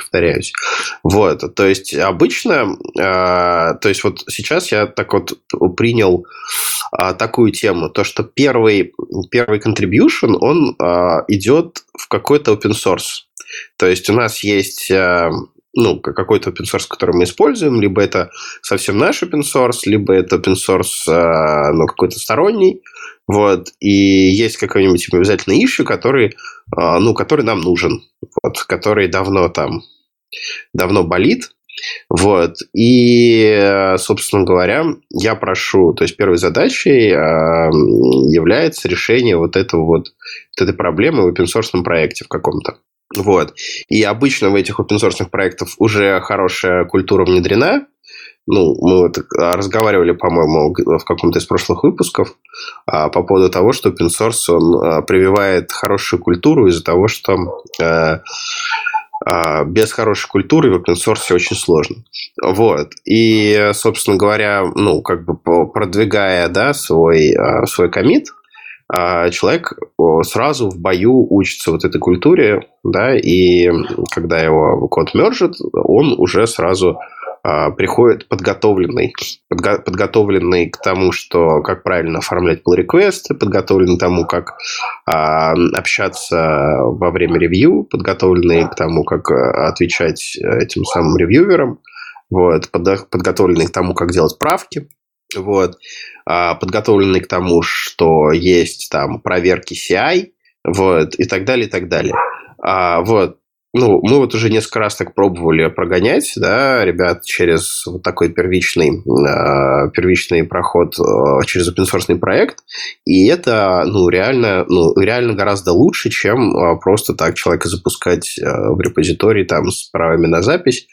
То есть, обычно... сейчас я так вот принял такую тему, то, что первый contribution, он идет в какой-то open source. То есть, у нас есть... какой-то open source, который мы используем, либо это совсем наш open source, либо это open source, какой-то сторонний. И есть какой-нибудь обязательный issue, который нам нужен, который давно болит. И, собственно говоря, я прошу, то есть первой задачей является решение этой проблемы в open-source проекте в каком-то. И обычно в этих open-source проектах уже хорошая культура внедрена. Мы разговаривали, по-моему, в каком-то из прошлых выпусков по поводу того, что open source он прививает хорошую культуру из-за того, что без хорошей культуры в open source очень сложно. И, собственно говоря, продвигая, свой коммит, человек сразу в бою учится этой культуре, да, и когда его код мержит, он уже сразу приходит подготовленный к тому, как правильно оформлять pull request, подготовленный к тому, как общаться во время ревью, подготовленный к тому, как отвечать этим самым ревьюверам, подготовленный к тому, как делать правки, подготовленный к тому, что есть там проверки CI, и так далее, и так далее. Мы уже несколько раз так пробовали прогонять, да, ребят, через такой первичный проход через open-source проект, и это, реально гораздо лучше, чем просто так человека запускать в репозиторий там с правами на запись,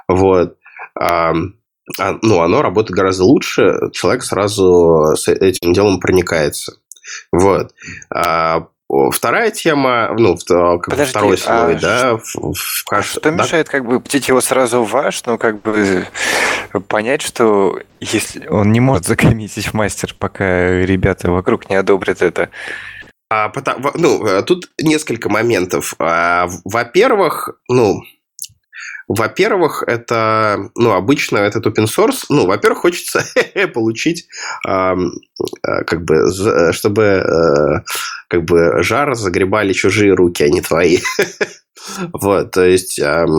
оно работает гораздо лучше, человек сразу с этим делом проникается, Вторая тема, второй слой, да. Что мешает пустить его сразу в ваш, понять, что если он не может закоммитить в мастер, пока ребята вокруг не одобрят это. Тут несколько моментов. Во-первых, это, обычно этот open source, во-первых, хочется получить, чтобы, жар загребали чужие руки, а не твои. Вот, то есть,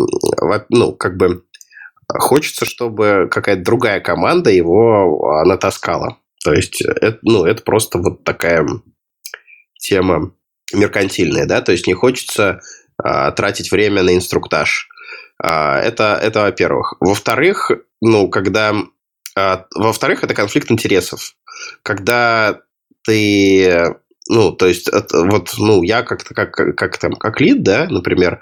хочется, чтобы какая-то другая команда его натаскала. То есть, это просто вот такая тема меркантильная, да, то есть, не хочется тратить время на инструктаж. Это во-первых. Во-вторых, это конфликт интересов. Когда ты, я как лид, да, например,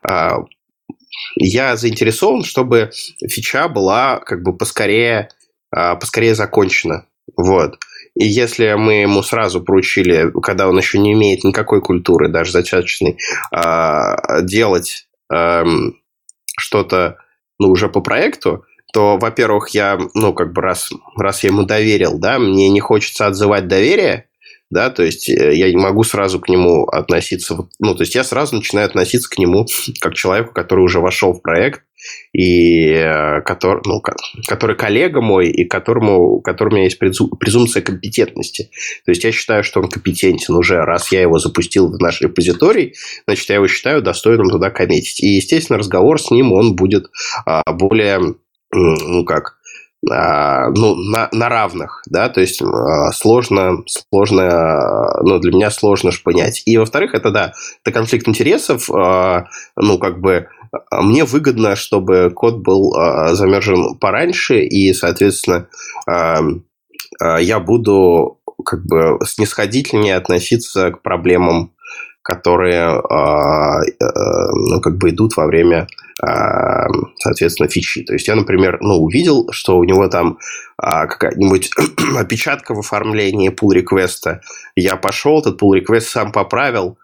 я заинтересован, чтобы фича была поскорее закончена. Вот. И если мы ему сразу поручили, когда он еще не имеет никакой культуры, даже зачаточной, делать что-то, уже по проекту, то, во-первых, я, раз я ему доверил, да, мне не хочется отзывать доверие, да, то есть я не могу сразу к нему относиться, то есть я сразу начинаю относиться к нему как к человеку, который уже вошел в проект, и который коллега мой, и которому у меня есть презумпция компетентности. То есть я считаю, что он компетентен уже, раз я его запустил в наш репозиторий, значит, я его считаю достойным туда коммитить. И, естественно, разговор с ним, он будет более, на равных, да, то есть сложно, для меня сложно понять. И, во-вторых, это конфликт интересов, мне выгодно, чтобы код был замержен пораньше, и, соответственно, я буду снисходительнее относиться к проблемам, которые идут во время, соответственно, фичи. То есть я, например, увидел, что у него там какая-нибудь опечатка в оформлении pull-реквеста. Я пошел, этот pull-реквест сам поправил.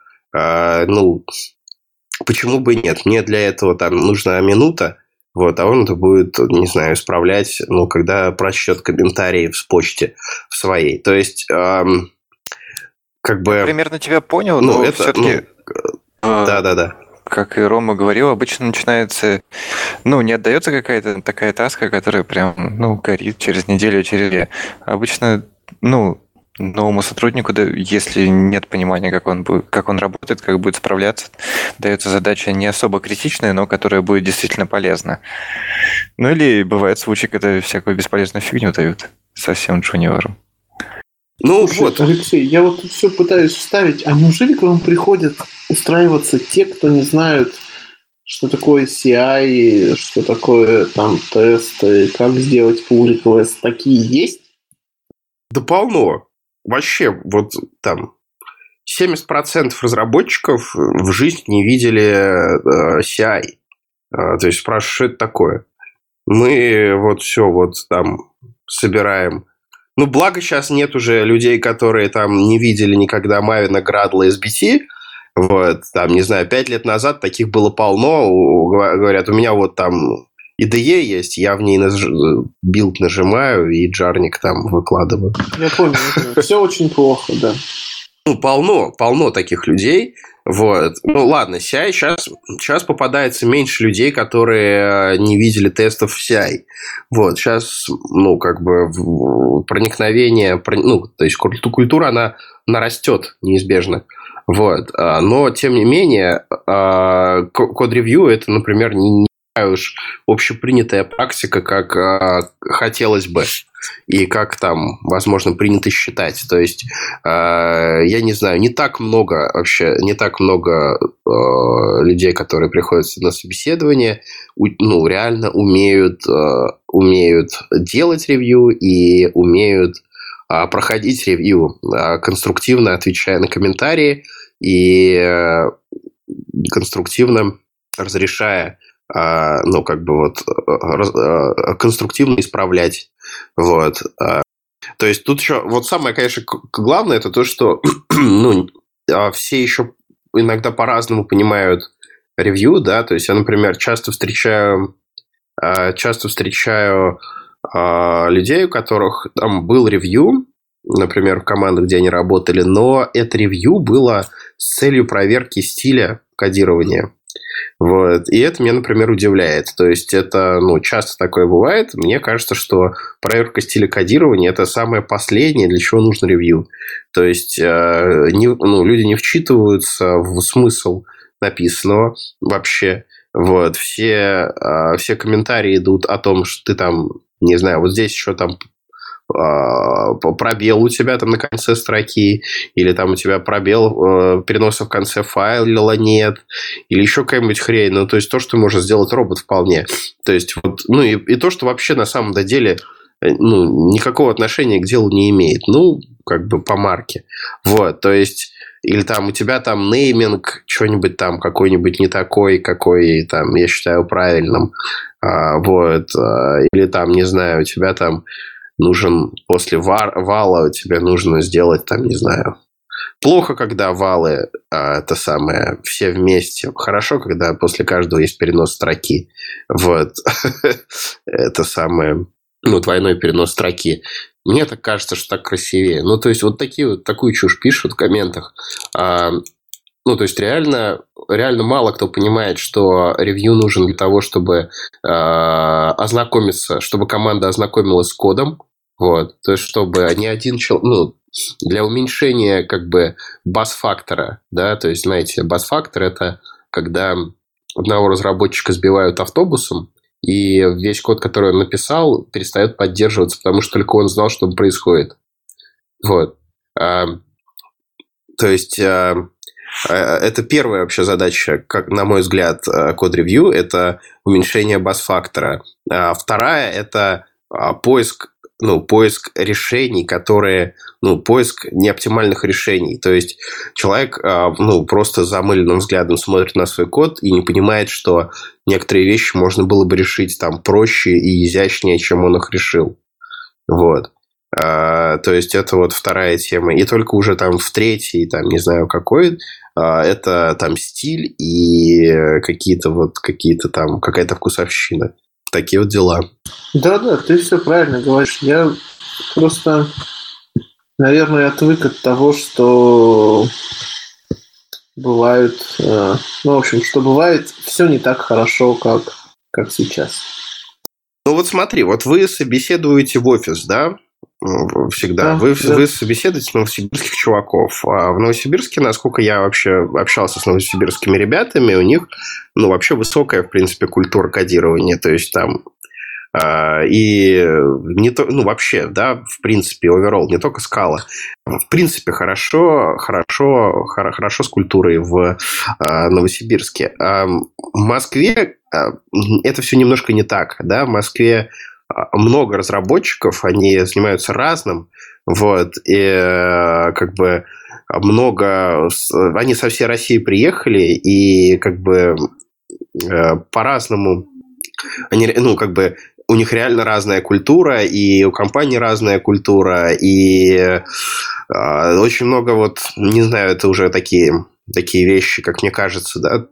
Почему бы и нет? Мне для этого там нужна минута, вот, а он это будет, не знаю, исправлять, когда прочтет комментарии в почте в своей. То есть, Я примерно тебя понял, но это, все-таки... Да. Как и Рома говорил, обычно начинается... не отдается какая-то такая таска, которая прям, горит через неделю, через две. Обычно, новому сотруднику, если нет понимания, как он работает, как будет справляться, дается задача не особо критичная, но которая будет действительно полезна. Или бывают случаи, когда всякую бесполезную фигню дают совсем джуниорам. Слушай, Алексей, я вот тут все пытаюсь вставить, а неужели к вам приходят устраиваться те, кто не знают, что такое CI, что такое там тесты, как сделать pull request? Такие есть? Да полно. Вообще, вот там 70% разработчиков в жизни не видели CI. То есть спрашивают, что это такое. Мы все там собираем. Благо сейчас нет уже людей, которые там не видели никогда Мавина, Градла, SBT. Вот, там, не знаю, 5 лет назад таких было полно. Говорят, у меня вот там IDE есть, я в ней билд нажимаю и джарник там выкладываю. Я понял. Все очень плохо, да. Полно таких людей. Вот. Ладно, CI сейчас попадается меньше людей, которые не видели тестов в CI. Вот. Сейчас, проникновение, то есть культура, она растет неизбежно. Вот. Но, тем не менее, код-ревью это, например, не уж общепринятая практика, как хотелось бы. И как там, возможно, принято считать. То есть, я не знаю, не так много людей, которые приходят на собеседование, реально умеют делать ревью и умеют проходить ревью, конструктивно отвечая на комментарии и конструктивно разрешая конструктивно исправлять. Вот. То есть тут еще... Вот самое, конечно, главное, это то, что все еще иногда по-разному понимают ревью, да, то есть я, например, часто встречаю людей, у которых там был ревью, например, в командах, где они работали, но это ревью было с целью проверки стиля кодирования. Вот. И это меня, например, удивляет. То есть, это часто такое бывает. Мне кажется, что проверка стиля кодирования – это самое последнее, для чего нужно ревью. То есть, люди не вчитываются в смысл написанного вообще. Вот. Все комментарии идут о том, что ты там, не знаю, вот здесь еще там пробел у тебя там на конце строки, или там у тебя пробел переноса в конце файла нет, или еще какая-нибудь хрень. То есть, то, что может сделать робот вполне. То есть, и то, что вообще на самом деле никакого отношения к делу не имеет. По марке. Вот, то есть, или там у тебя там нейминг, что-нибудь там какой-нибудь не такой, какой там я считаю правильным. Вот, или там, не знаю, у тебя там нужен после вала, тебе нужно сделать там, не знаю. Плохо, когда валы это самое все вместе. Хорошо, когда после каждого есть перенос строки. Вот. Это самое, двойной перенос строки. Мне так кажется, что так красивее. То есть, такую чушь пишут в комментах. То есть, реально мало кто понимает, что ревью нужен для того, чтобы ознакомиться, чтобы команда ознакомилась с кодом. Вот. То есть, чтобы ни один человек... для уменьшения бас-фактора, да, то есть, знаете, бас-фактор – это когда одного разработчика сбивают автобусом, и весь код, который он написал, перестает поддерживаться, потому что только он знал, что происходит. Вот. То есть, это первая вообще задача, как, на мой взгляд, код-ревью – это уменьшение бас-фактора. А вторая – это поиск решений, которые... поиск неоптимальных решений. То есть, человек просто замыленным взглядом смотрит на свой код и не понимает, что некоторые вещи можно было бы решить там проще и изящнее, чем он их решил. Вот. То есть, это вторая тема. И только уже там в третьей, там, не знаю какой, это там стиль и какие-то там, какая-то вкусовщина. Такие дела. Да, ты все правильно говоришь. Я просто, наверное, отвык от того, что бывает, что бывает все не так хорошо, как сейчас. Смотри, вы собеседуете в офис, да? Всегда. Да, вы да. собеседуете новосибирских чуваков. А в Новосибирске, насколько я вообще общался с новосибирскими ребятами, у них, вообще высокая, в принципе, культура кодирования. То есть, там... И не то, вообще, да, в принципе, overall, не только скала. В принципе, хорошо с культурой в Новосибирске. В Москве это все немножко не так, да. В Москве много разработчиков, они занимаются разным, вот, и много... Они со всей России приехали, и по-разному... Они, у них реально разная культура, и у компании разная культура, и очень много не знаю, это уже такие вещи, как мне кажется, да,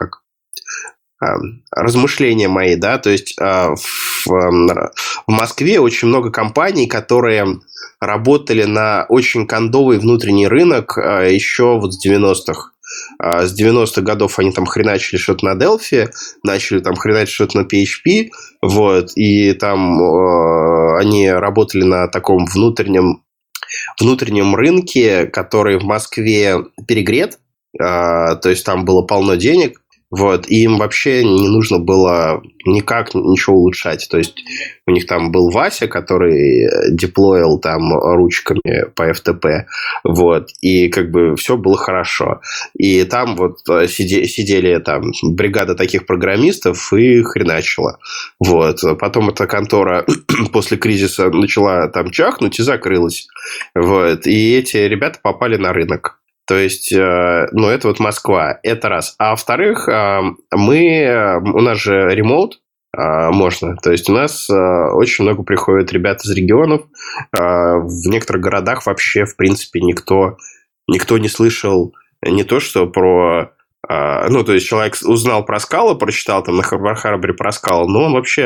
размышления мои, да, то есть в Москве очень много компаний, которые работали на очень кондовый внутренний рынок еще с 90-х. С 90-х годов они там хреначили что-то на Delphi, начали там хреначить что-то на PHP, вот, и там они работали на таком внутреннем рынке, который в Москве перегрет, то есть там было полно денег, вот, и им вообще не нужно было никак ничего улучшать. То есть, у них там был Вася, который деплоил там ручками по FTP, вот, и все было хорошо. И там сидели там бригада таких программистов и хреначила. Вот. Потом эта контора после кризиса начала там чахнуть и закрылась. Вот. И эти ребята попали на рынок. То есть, это Москва, это раз. А во-вторых, у нас же ремоут можно. То есть, у нас очень много приходят ребят из регионов. В некоторых городах вообще, в принципе, никто не слышал не то, что про... то есть, человек узнал про скалу, прочитал там на Харбре про скалу, но он вообще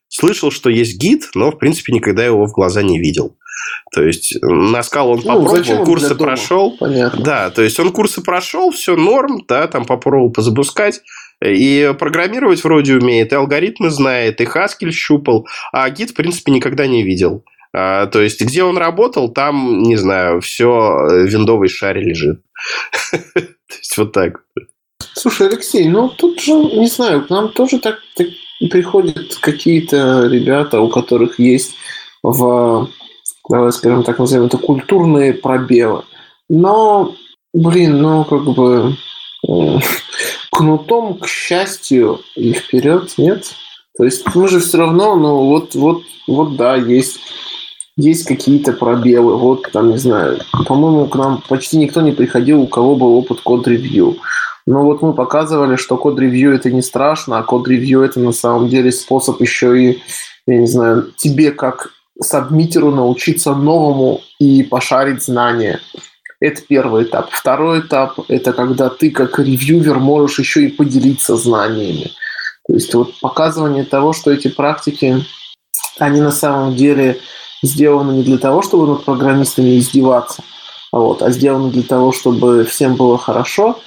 слышал, что есть гид, но, в принципе, никогда его в глаза не видел. То есть, на скалу он попробовал, курсы прошел. Понятно. Да, то есть, он курсы прошел, все норм, да, там попробовал позапускать. И программировать вроде умеет, и алгоритмы знает, и Haskell щупал, а гид, в принципе, никогда не видел. То есть, где он работал, там, не знаю, все в виндовой шаре лежит. То есть, вот так. Слушай, Алексей, ну тут же, не знаю, к нам тоже так приходят какие-то ребята, у которых есть давай скажем так, назовем это, культурные пробелы. Но, как бы кнутом, к счастью, и вперед нет. То есть мы же все равно, да, есть какие-то пробелы. Вот, там, не знаю, по-моему, к нам почти никто не приходил, у кого был опыт код-ревью. Но вот мы показывали, что код-ревью это не страшно, а код-ревью это на самом деле способ еще и, я не знаю, тебе как сабмитеру научиться новому и пошарить знания. Это первый этап. Второй этап – это когда ты как ревьювер можешь еще и поделиться знаниями. То есть вот показывание того, что эти практики, они на самом деле сделаны не для того, чтобы над программистами издеваться, а сделаны для того, чтобы всем было хорошо.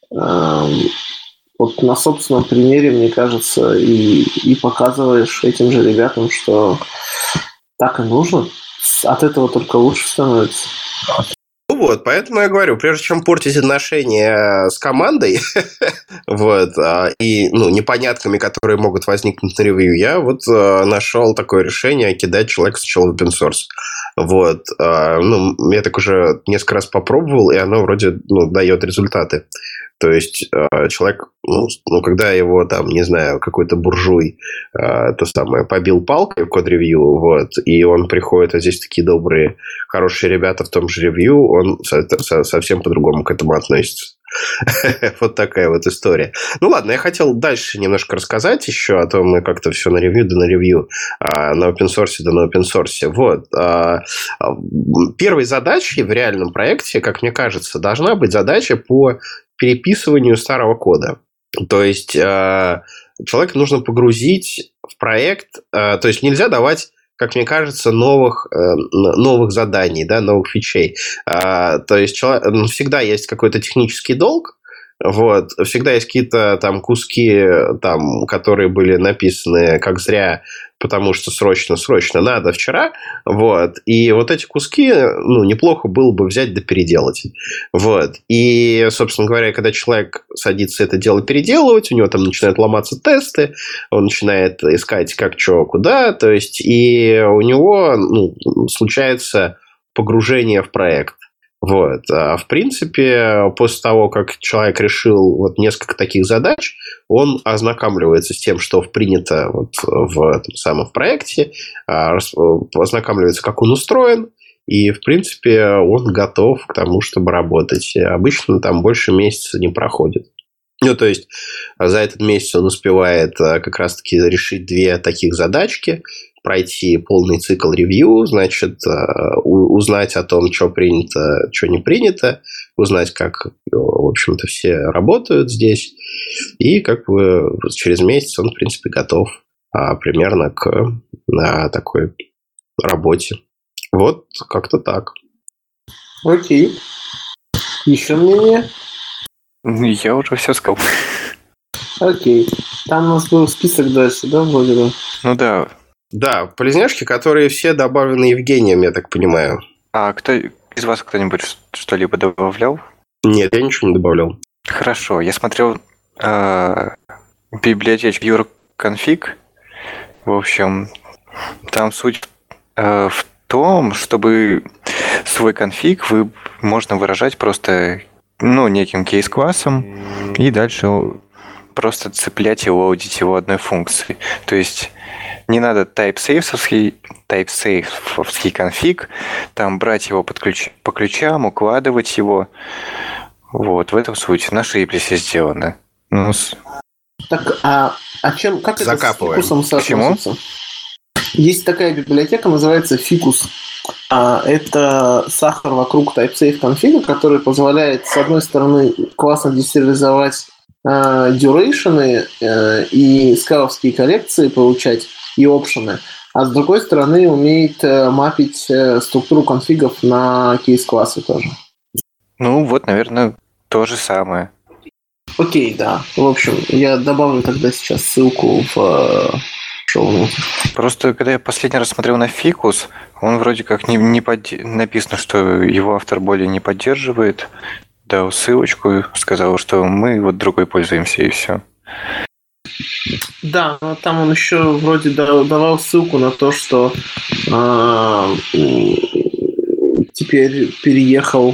Вот на собственном примере, мне кажется, и показываешь этим же ребятам, что так и нужно. От этого только лучше становится. Ну вот, поэтому я говорю, прежде чем портить отношения с командой и непонятками, которые могут возникнуть на ревью, я нашел такое решение кидать человека сначала в open source. Я так уже несколько раз попробовал, и оно вроде дает результаты. То есть человек, когда его там, не знаю, какой-то буржуй побил палкой в код-ревью, и он приходит, а здесь такие добрые, хорошие ребята в том же ревью, он совсем по-другому к этому относится. Вот такая вот история. Ну ладно, я хотел дальше немножко рассказать еще, а то мы как-то все на ревью, да на ревью, на open-source, да на open-source. Первой задачей в реальном проекте, как мне кажется, должна быть задача по переписыванию старого кода. То есть, человека нужно погрузить в проект, то есть, нельзя давать, как мне кажется, новых заданий, да, новых фичей. То есть, всегда есть какой-то технический долг, всегда есть какие-то там куски, там, которые были написаны как зря, потому что срочно надо вчера, и эти куски, неплохо было бы взять да переделать, и, собственно говоря, когда человек садится это дело переделывать, у него там начинают ломаться тесты, он начинает искать как, что, куда, то есть, и у него, случается погружение в проект. А в принципе, после того, как человек решил несколько таких задач, он ознакомливается с тем, что принято в этом самом проекте, ознакомливается, как он устроен, и, в принципе, он готов к тому, чтобы работать. Обычно там больше месяца не проходит. То есть, за этот месяц он успевает как раз-таки решить 2 таких задачки, пройти полный цикл ревью, значит, узнать о том, что принято, что не принято, узнать, как, в общем-то, все работают здесь, и через месяц он, в принципе, готов примерно к такой работе. Как-то так. Окей. Еще мнение? Я уже все сказал. Окей. Там у нас был список дальше, да, вроде бы? Ну да. Да, полезняшки, которые все добавлены Евгением, я так понимаю. А кто из вас кто-нибудь что-либо добавлял? Нет, я ничего не добавлял. Хорошо, я смотрел библиотечку YourConfig. В общем, там суть в том, чтобы свой конфиг можно выражать просто неким кейс-классом и дальше просто цеплять и лоудить его одной функцией. То есть не надо type-сейфовский конфиг, там брать его по ключам, укладывать его. В этом случае на Shapless сделано. Так, как это с фикусом соотносится? Есть такая библиотека, называется Ficus. Это сахар вокруг TypeSafe конфига, который позволяет, с одной стороны, классно десериализовать дюрейшены и скаловские коллекции получать, и опшены. А с другой стороны умеет мапить структуру конфигов на кейс-классы тоже. Ну, вот, наверное, то же самое. Окей, да. В общем, я добавлю тогда сейчас ссылку в шоу-ноты. Просто, когда я последний раз смотрел на Фикус, он вроде как написано, что его автор более не поддерживает. Дал ссылочку, сказал, что мы вот другой пользуемся, и все. Да, но там он еще вроде давал ссылку на то, что теперь переехала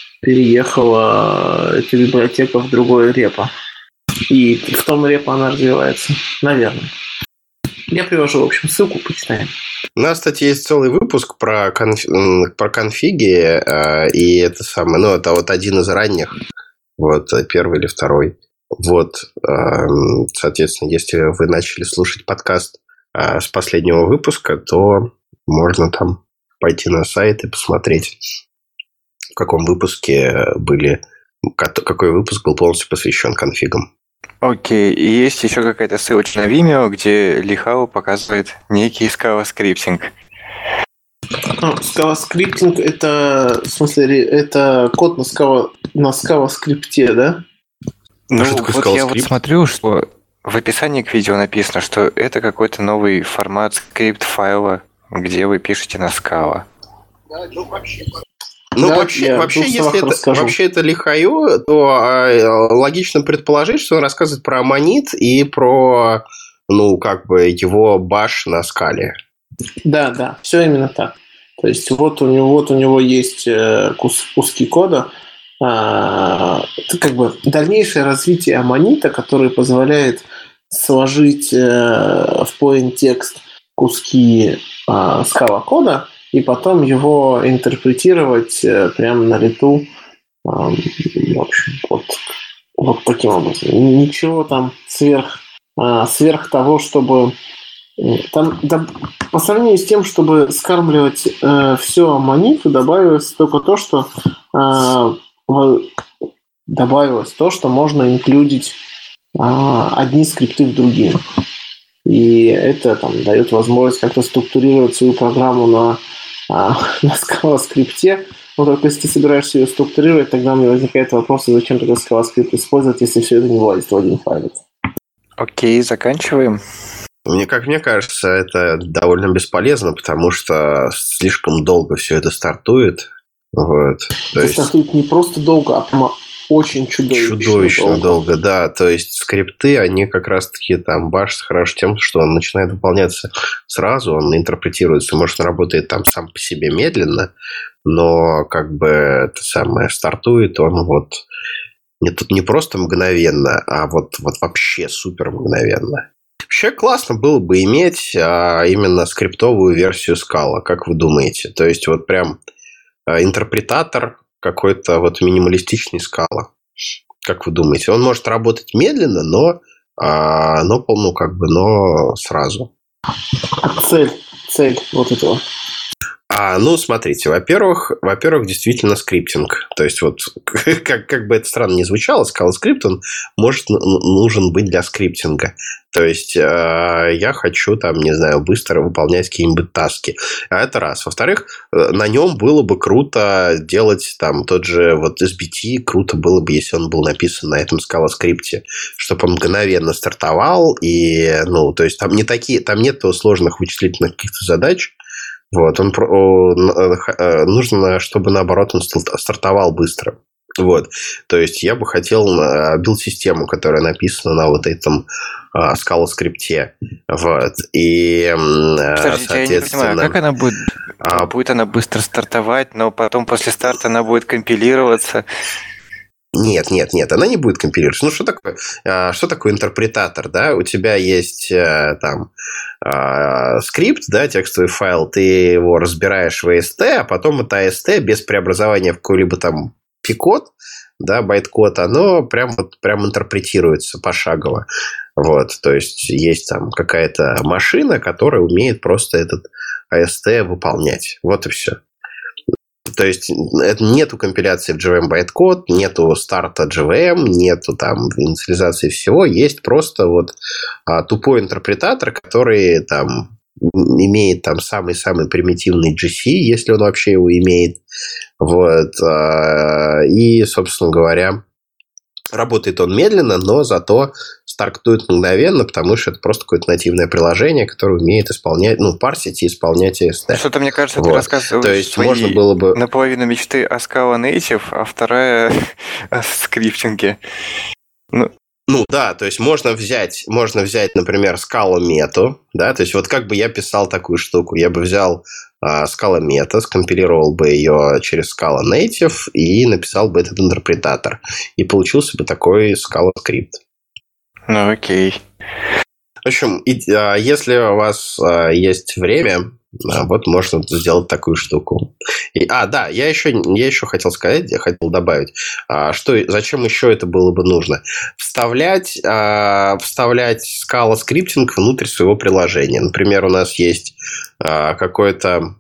эта библиотека в другое репо. И в том репо она развивается. Наверное. Я привожу, в общем, ссылку, почитаем. У нас, кстати, есть целый выпуск про конфиги, и это самое, ну, это вот один из ранних, вот, первый или второй. Вот, соответственно, если вы начали слушать подкаст с последнего выпуска, то можно там пойти на сайт и посмотреть, в каком выпуске какой выпуск был полностью посвящен конфигам. Окей, и есть еще какая-то ссылочка на Vimeo, где Лихау показывает некий Scala-скриптинг. Scala-скриптинг это, в смысле, это код на Scala-скрипте, да? Ну, вот я вот смотрю, что в описании к видео написано, что это какой-то новый формат скрипт-файла, где вы пишете на Scala. Ну, да, вообще, если это Лихаю, то логично предположить, что он рассказывает про Аммонит и про, ну, как бы, его баш на скале. Да, все именно так. То есть вот у него есть куски кода, это как бы дальнейшее развитие Аммонита, который позволяет сложить в plain текст куски Scala кода и потом его интерпретировать прямо на лету. В общем, вот таким образом. Ничего там сверх того, чтобы... Там, по сравнению с тем, чтобы скармливать все Аммониту, добавилось только то, что можно инклюдить одни скрипты в другие. И это там дает возможность как-то структурировать свою программу на Scala-скрипте. Но только если ты собираешься ее структурировать, тогда у меня возникает вопрос, зачем тогда Scala-скрипт использовать, если все это не влазит в один файлик. Окей, заканчиваем. Как мне кажется, это довольно бесполезно, потому что слишком долго все это стартует. Вот. Это стартует не просто долго, а прямо очень чудовищно долго, да. То есть скрипты, они как раз-таки там баш хорош тем, что он начинает выполняться сразу, он интерпретируется. Может, он работает там сам по себе медленно, но как бы это самое стартует он вот не просто мгновенно, а вот вообще супер мгновенно. Вообще классно было бы иметь именно скриптовую версию Scala, как вы думаете? То есть вот прям интерпретатор какой-то вот минималистичный Scala. Как вы думаете? Он может работать медленно, но сразу. Цель вот этого. Ну, смотрите, во-первых, действительно скриптинг. То есть, вот, как бы это странно ни звучало, Scala-скрипт, он нужен быть для скриптинга. То есть, я хочу, там, не знаю, быстро выполнять какие-нибудь таски. А это раз. Во-вторых, на нем было бы круто делать там тот же вот SBT. Круто было бы, если он был написан на этом Scala-скрипте, чтобы он мгновенно стартовал. И, ну, то есть, там нет сложных вычислительных каких-то задач. Вот, нужно, чтобы, наоборот, он стартовал быстро. Вот. То есть, я бы хотел билд-систему, которая написана на вот этом Scala-скрипте. Вот. И, подождите, я не понимаю, как она будет? Будет она быстро стартовать, но потом после старта она будет компилироваться? Нет, она не будет компилироваться. Ну, что такое интерпретатор, да? У тебя есть там скрипт, да, текстовый файл, ты его разбираешь в AST, а потом это AST без преобразования в какой-либо там пикод, да, байт-код, оно прям интерпретируется пошагово. Вот, то есть, есть там какая-то машина, которая умеет просто этот AST выполнять. Вот и все. То есть нету компиляции в JVM bytecode, нету старта JVM, нету там инициализации всего, есть просто вот тупой интерпретатор, который там имеет там самый-самый примитивный GC, если он вообще его имеет. Вот. И, собственно говоря, работает он медленно, но зато стартует мгновенно, потому что это просто какое-то нативное приложение, которое умеет исполнять, парсить и исполнять EST. Что-то, мне кажется, вот. ты рассказываешь То есть можно было бы... наполовину мечты о Scala Native, а вторая о скриптинге. Ну да, то есть можно взять, например, Scala Meta, да, то есть вот как бы я писал такую штуку, я бы взял Scala Meta, скомпилировал бы ее через Scala Native и написал бы этот интерпретатор. И получился бы такой Scala скрипт. Ну окей. В общем, если у вас есть время, вот можно сделать такую штуку. Да, я еще хотел сказать, я хотел добавить, зачем еще это было бы нужно. Вставлять Scala скриптинг внутрь своего приложения. Например, у нас есть какой-то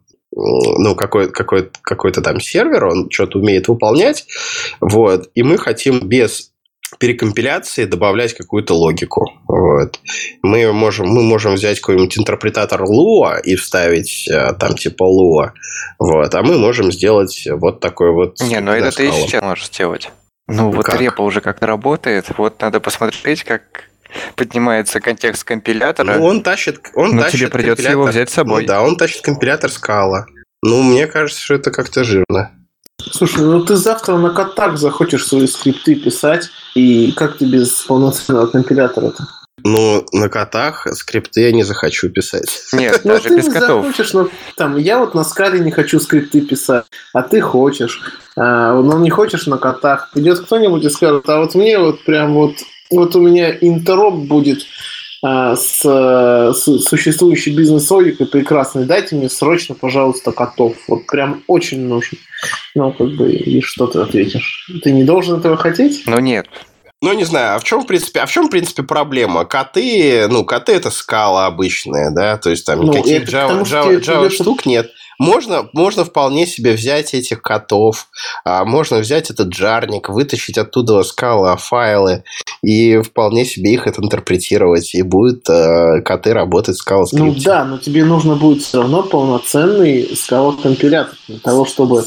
там сервер, он что-то умеет выполнять, вот, и мы хотим без перекомпиляции добавлять какую-то логику. Вот. Мы можем взять какой-нибудь интерпретатор Lua и вставить там типа Lua. Вот. А мы можем сделать вот такой вот... Не, ну это ты сейчас можешь сделать. Вот репа уже как-то работает. Вот надо посмотреть, как поднимается контекст компилятора. Он тащит тебе придется его взять с собой. Да, он тащит компилятор Scala. Мне кажется, что это как-то жирно. Слушай, ты завтра на котах захочешь свои скрипты писать, и как ты без полноценного компилятора-то? На котах скрипты я не захочу писать. Нет, даже без котов. Захочешь, я вот на Scala не хочу скрипты писать, а ты хочешь. Но не хочешь на котах. Придет кто-нибудь и скажет, а вот мне вот прям вот у меня интероп будет с существующей бизнес-логикой прекрасной. Дайте мне срочно, пожалуйста, котов. Вот прям очень нужно. И что ты ответишь? Ты не должен этого хотеть? Нет. Не знаю, а в чем, в принципе, проблема? Коты это Scala обычная, да, то есть там никаких Java штук нет. Можно вполне себе взять этих котов, можно взять этот джарник, вытащить оттуда Scala файлы и вполне себе их интерпретировать, и будут коты работать в Scala скрипте. Да, но тебе нужно будет все равно полноценный Scala компилятор для того, чтобы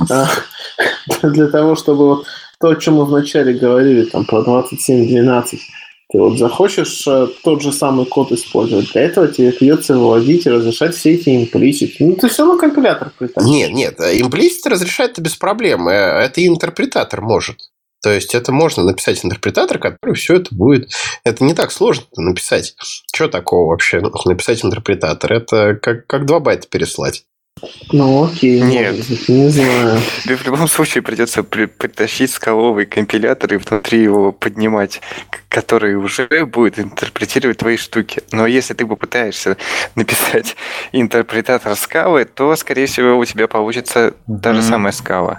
вот то, о чем мы вначале говорили, там, про 27.12, ты вот захочешь тот же самый код использовать, для этого тебе придется выводить и разрешать все эти имплиситы. Ты все равно компилятор притащишь. Нет, имплиситы разрешать-то без проблем. Это и интерпретатор может. То есть это можно написать интерпретатор, который все это будет... Это не так сложно написать. Что такого вообще написать интерпретатор? Это как 2 байта переслать. Окей. Нет. Не знаю. Тебе в любом случае придется притащить скаловый компилятор и внутри его поднимать, который уже будет интерпретировать твои штуки. Но если ты попытаешься написать интерпретатор скалы, то, скорее всего, у тебя получится та же самая скала.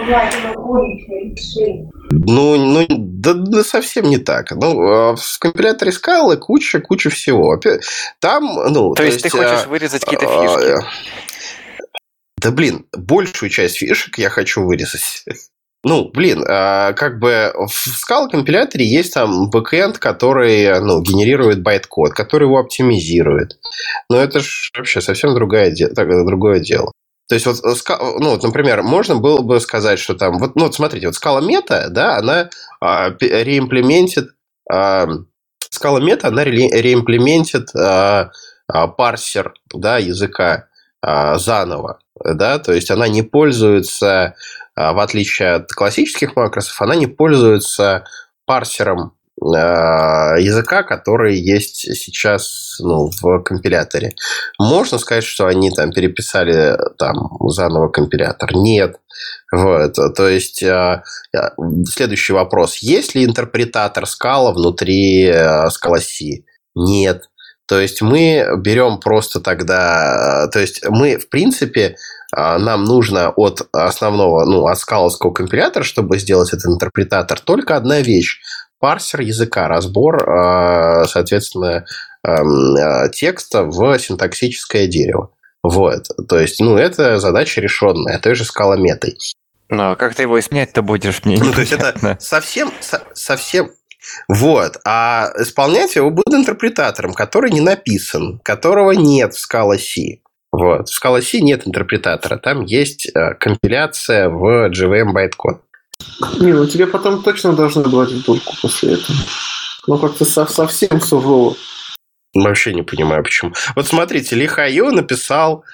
Да совсем не так. В компиляторе скалы куча всего. Там, то есть ты хочешь вырезать какие-то фишки? Да, большую часть фишек я хочу вырезать. Как бы в Scala компиляторе есть там бэкэнд, который генерирует байт-код, который его оптимизирует. Но это же вообще совсем другое дело. То есть, например, можно было бы сказать, что там... смотрите, Scala Meta, да, она реимплементит... Scala Meta, она реимплементит парсер, да, языка заново, да, то есть она не пользуется, в отличие от классических макросов, она не пользуется парсером языка, который есть сейчас в компиляторе. Можно сказать, что они там переписали заново компилятор? Нет. Вот. То есть следующий вопрос. Есть ли интерпретатор Scala внутри Scala C? Нет. То есть мы берем просто тогда... То есть мы, в принципе, нам нужно от основного, от скаловского компилятора, чтобы сделать этот интерпретатор, только одна вещь. Парсер языка, разбор, соответственно, текста в синтаксическое дерево. Вот. То есть, это задача решенная той же скалометой. Но как ты его исполнять-то будешь? Мне то есть, это совсем... Вот. А исполнять его буду интерпретатором, который не написан, которого нет в Scala C. Вот. В Scala C нет интерпретатора. Там есть компиляция в JVM байткод. Не, тебе потом точно должны брать в дурку после этого. Как-то совсем сурово. Вообще не понимаю, почему. Вот смотрите, Лихайо написал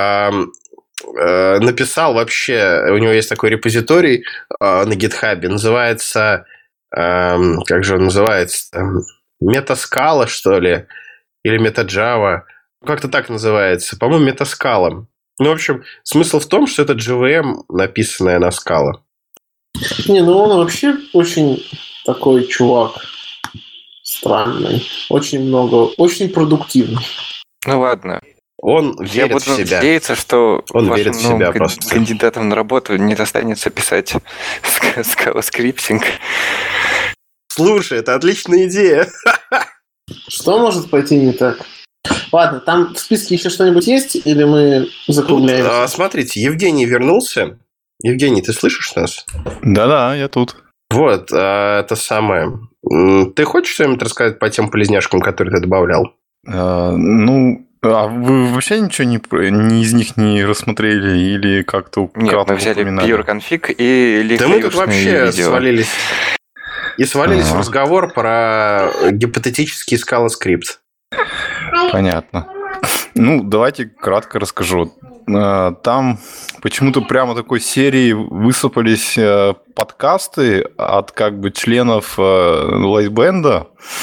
вообще... У него есть такой репозиторий на GitHub, называется... как же он называется? Метаскала, что ли? Или MetaJava? Как-то так называется. По-моему, Метаскала. В общем, смысл в том, что это JVM, написанное на Scala. Не, он вообще очень такой чувак странный. Очень продуктивный. Ну ладно. Он верит в себя. Я буду надеяться, что он верит в себя просто. Кандидатам на работу не достанется писать скала-скриптинг. Слушай, это отличная идея. Что может пойти не так? Ладно, там в списке еще что-нибудь есть, или мы закругляемся? Смотрите, Евгений вернулся. Евгений, ты слышишь нас? Да-да, я тут. Вот, это самое. Ты хочешь что-нибудь рассказать по тем полезняшкам, которые ты добавлял? А вы вообще ничего не из них не рассмотрели или как-то Нет, мы взяли pure config и лихаюшные Да мы тут вообще видео. свалились в разговор про гипотетический скала-скрипт. Понятно. Давайте кратко расскажу. Там почему-то прямо такой серии высыпались подкасты от членов Lightband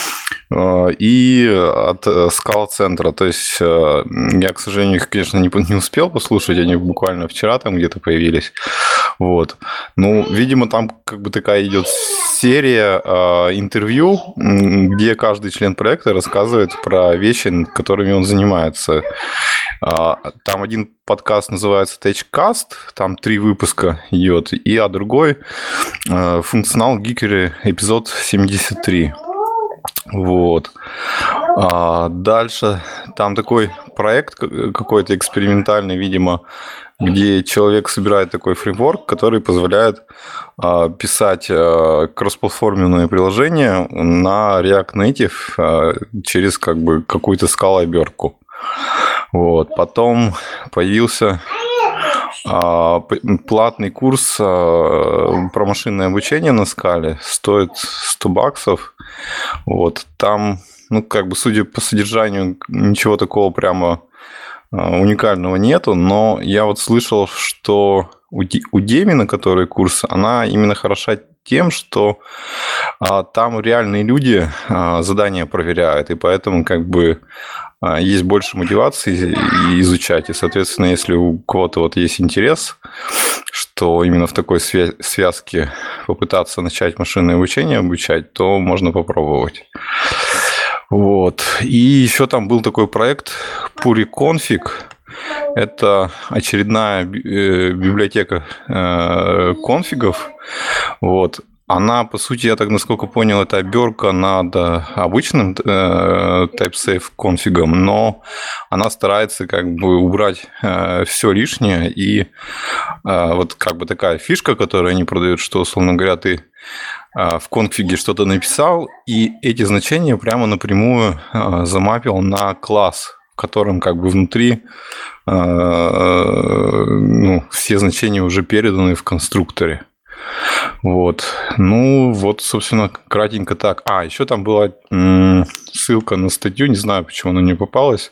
и от Scala-центра. То есть я, к сожалению, их, конечно, не успел послушать, они буквально вчера там где-то появились. Вот. Видимо, там такая идет серия интервью, где каждый член проекта рассказывает про вещи, которыми он занимается. Там один подкаст называется TechCast, там 3 выпуска идет, а другой Functional Geekery, эпизод 73. Вот. Дальше там такой проект какой-то экспериментальный, видимо, где человек собирает такой фреймворк, который позволяет писать кроссплатформенные приложения на React Native через какую-то скала-обертку. Вот. Потом появился платный курс про машинное обучение на Scala, стоит $100. Вот. Там, судя по содержанию, ничего такого прямо уникального нету, но я слышал, что Udemy, на которой курс, она именно хороша тем, что там реальные люди задания проверяют, и поэтому есть больше мотивации изучать. И, соответственно, если у кого-то есть интерес, что именно в такой связке попытаться начать машинное обучение обучать, то можно попробовать. Вот. И еще там был такой проект PuriConfig. Это очередная библиотека конфигов. Вот. Она, по сути, я насколько понял, это обертка над обычным TypeSafe конфигом, но она старается убрать все лишнее. И такая фишка, которую они продают, что, условно говоря, ты в конфиге что-то написал, и эти значения прямо напрямую замапил на класс, в котором внутри все значения уже переданы в конструкторе. Вот. Собственно, кратенько так. Еще там была ссылка на статью, не знаю, почему она не попалась.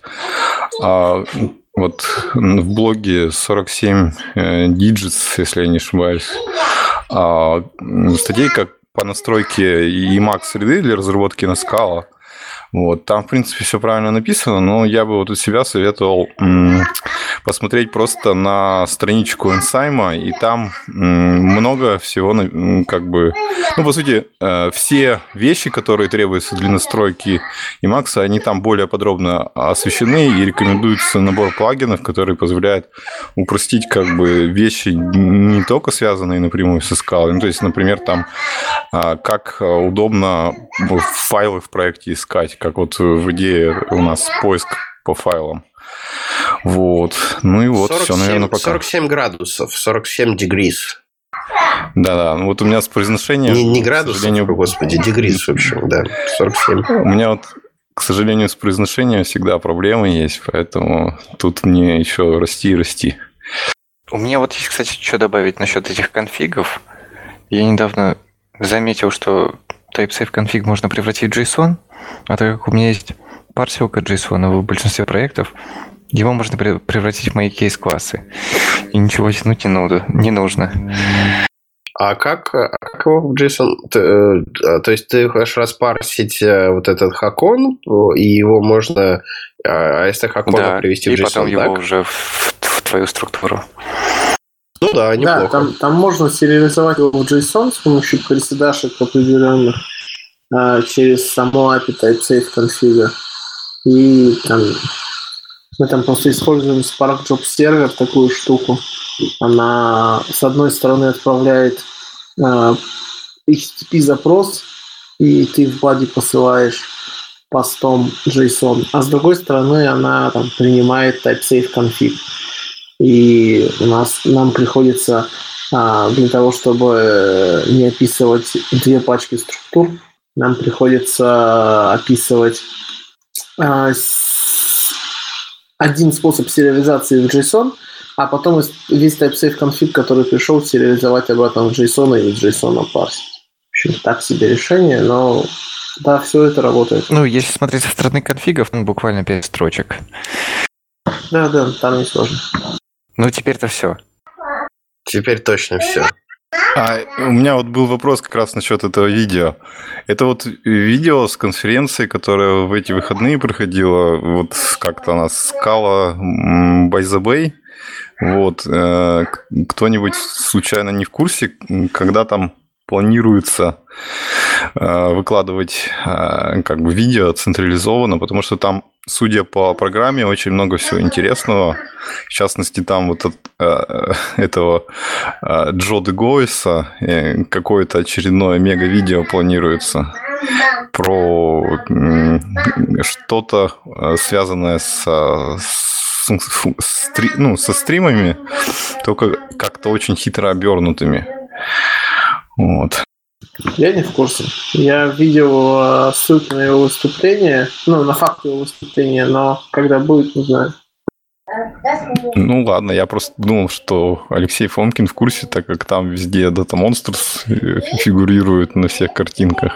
В блоге 47 Digits, если я не ошибаюсь, статей по настройке Emacs среды для разработки на Scala. Вот. Там, в принципе, все правильно написано, но я бы у себя советовал посмотреть просто на страничку Enzyme, и там много всего, по сути, все вещи, которые требуются для настройки Emacs, они там более подробно освещены, и рекомендуется набор плагинов, который позволяет упростить вещи, не только связанные напрямую со Scala, то есть, например, там как удобно файлы в проекте искать, как в идее у нас поиск по файлам. Вот. Ну и вот, все, наверное, пока. 47 градусов, 47 degrees. Да-да, ну вот у меня с произношением... Не градусов, господи, degrees, в общем, да, 47. У меня вот, к сожалению, с произношением всегда проблемы есть, поэтому тут мне еще расти и расти. У меня вот есть, кстати, что добавить насчет этих конфигов. Я недавно заметил, что TypeSafe конфиг можно превратить в JSON, а так как у меня есть парсилка JSON в большинстве проектов, его можно превратить в мои кейс-классы. И ничего тянуть не нужно. А как его в JSON? То есть ты хочешь распарсить вот этот хакон, и его можно из хакона привести в JSON, и потом так? его уже в твою структуру. Ну да, неплохо. Да, там можно сериализовать его в JSON с помощью приседашек определенных через само API TypeSafe конфига. И там мы там просто используем Spark Job Server, такую штуку. Она с одной стороны отправляет HTTP запрос, и ты в бади посылаешь постом JSON, а с другой стороны она там принимает TypeSafe конфиг. И нам приходится для того, чтобы не описывать две пачки структур, нам приходится описывать один способ сериализации в JSON, а потом весь TypeSafe конфиг, который пришел, сериализовать обратно в JSON и из JSON парсить. В общем, так себе решение, но да, все это работает. Ну, если смотреть со стороны конфигов, буквально 5 строчек. Да, там не сложно. Ну, теперь-то все. Теперь точно все. У меня вот был вопрос как раз насчет этого видео. Это вот видео с конференции, которая в эти выходные проходила, вот как-то она Scala by the Bay. Вот. Кто-нибудь случайно не в курсе, когда там планируется выкладывать как бы видео централизованно, потому что там, судя по программе, очень много всего интересного. В частности, там вот от этого Джо де Гоиса какое-то очередное мега-видео планируется про что-то связанное со стримами, только как-то очень хитро обернутыми. Вот. Я не в курсе. Я видел ссылки на его выступление, на факт его выступления, но когда будет, не знаю. Ну ладно, я просто думал, что Алексей Фомкин в курсе, так как там везде Data Monsters фигурирует на всех картинках.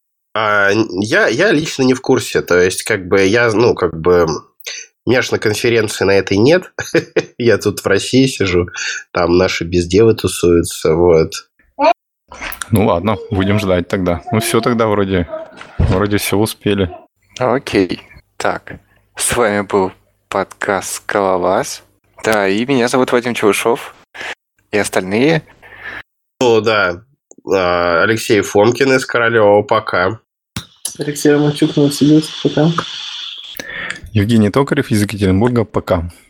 Я лично не в курсе. То есть, у меня ж на конференции на этой нет. Я тут в России сижу. Там наши бездевы тусуются. Вот. Ну ладно, будем ждать тогда. Ну все тогда вроде все успели. Окей. Так, с вами был подкаст «Скалолаз». Да, и меня зовут Вадим Чевышов. И остальные... Ну да, Алексей Фомкин из Королева, пока. Алексей Романчук, Новосибирск, пока. Евгений Токарев из Екатеринбурга, пока.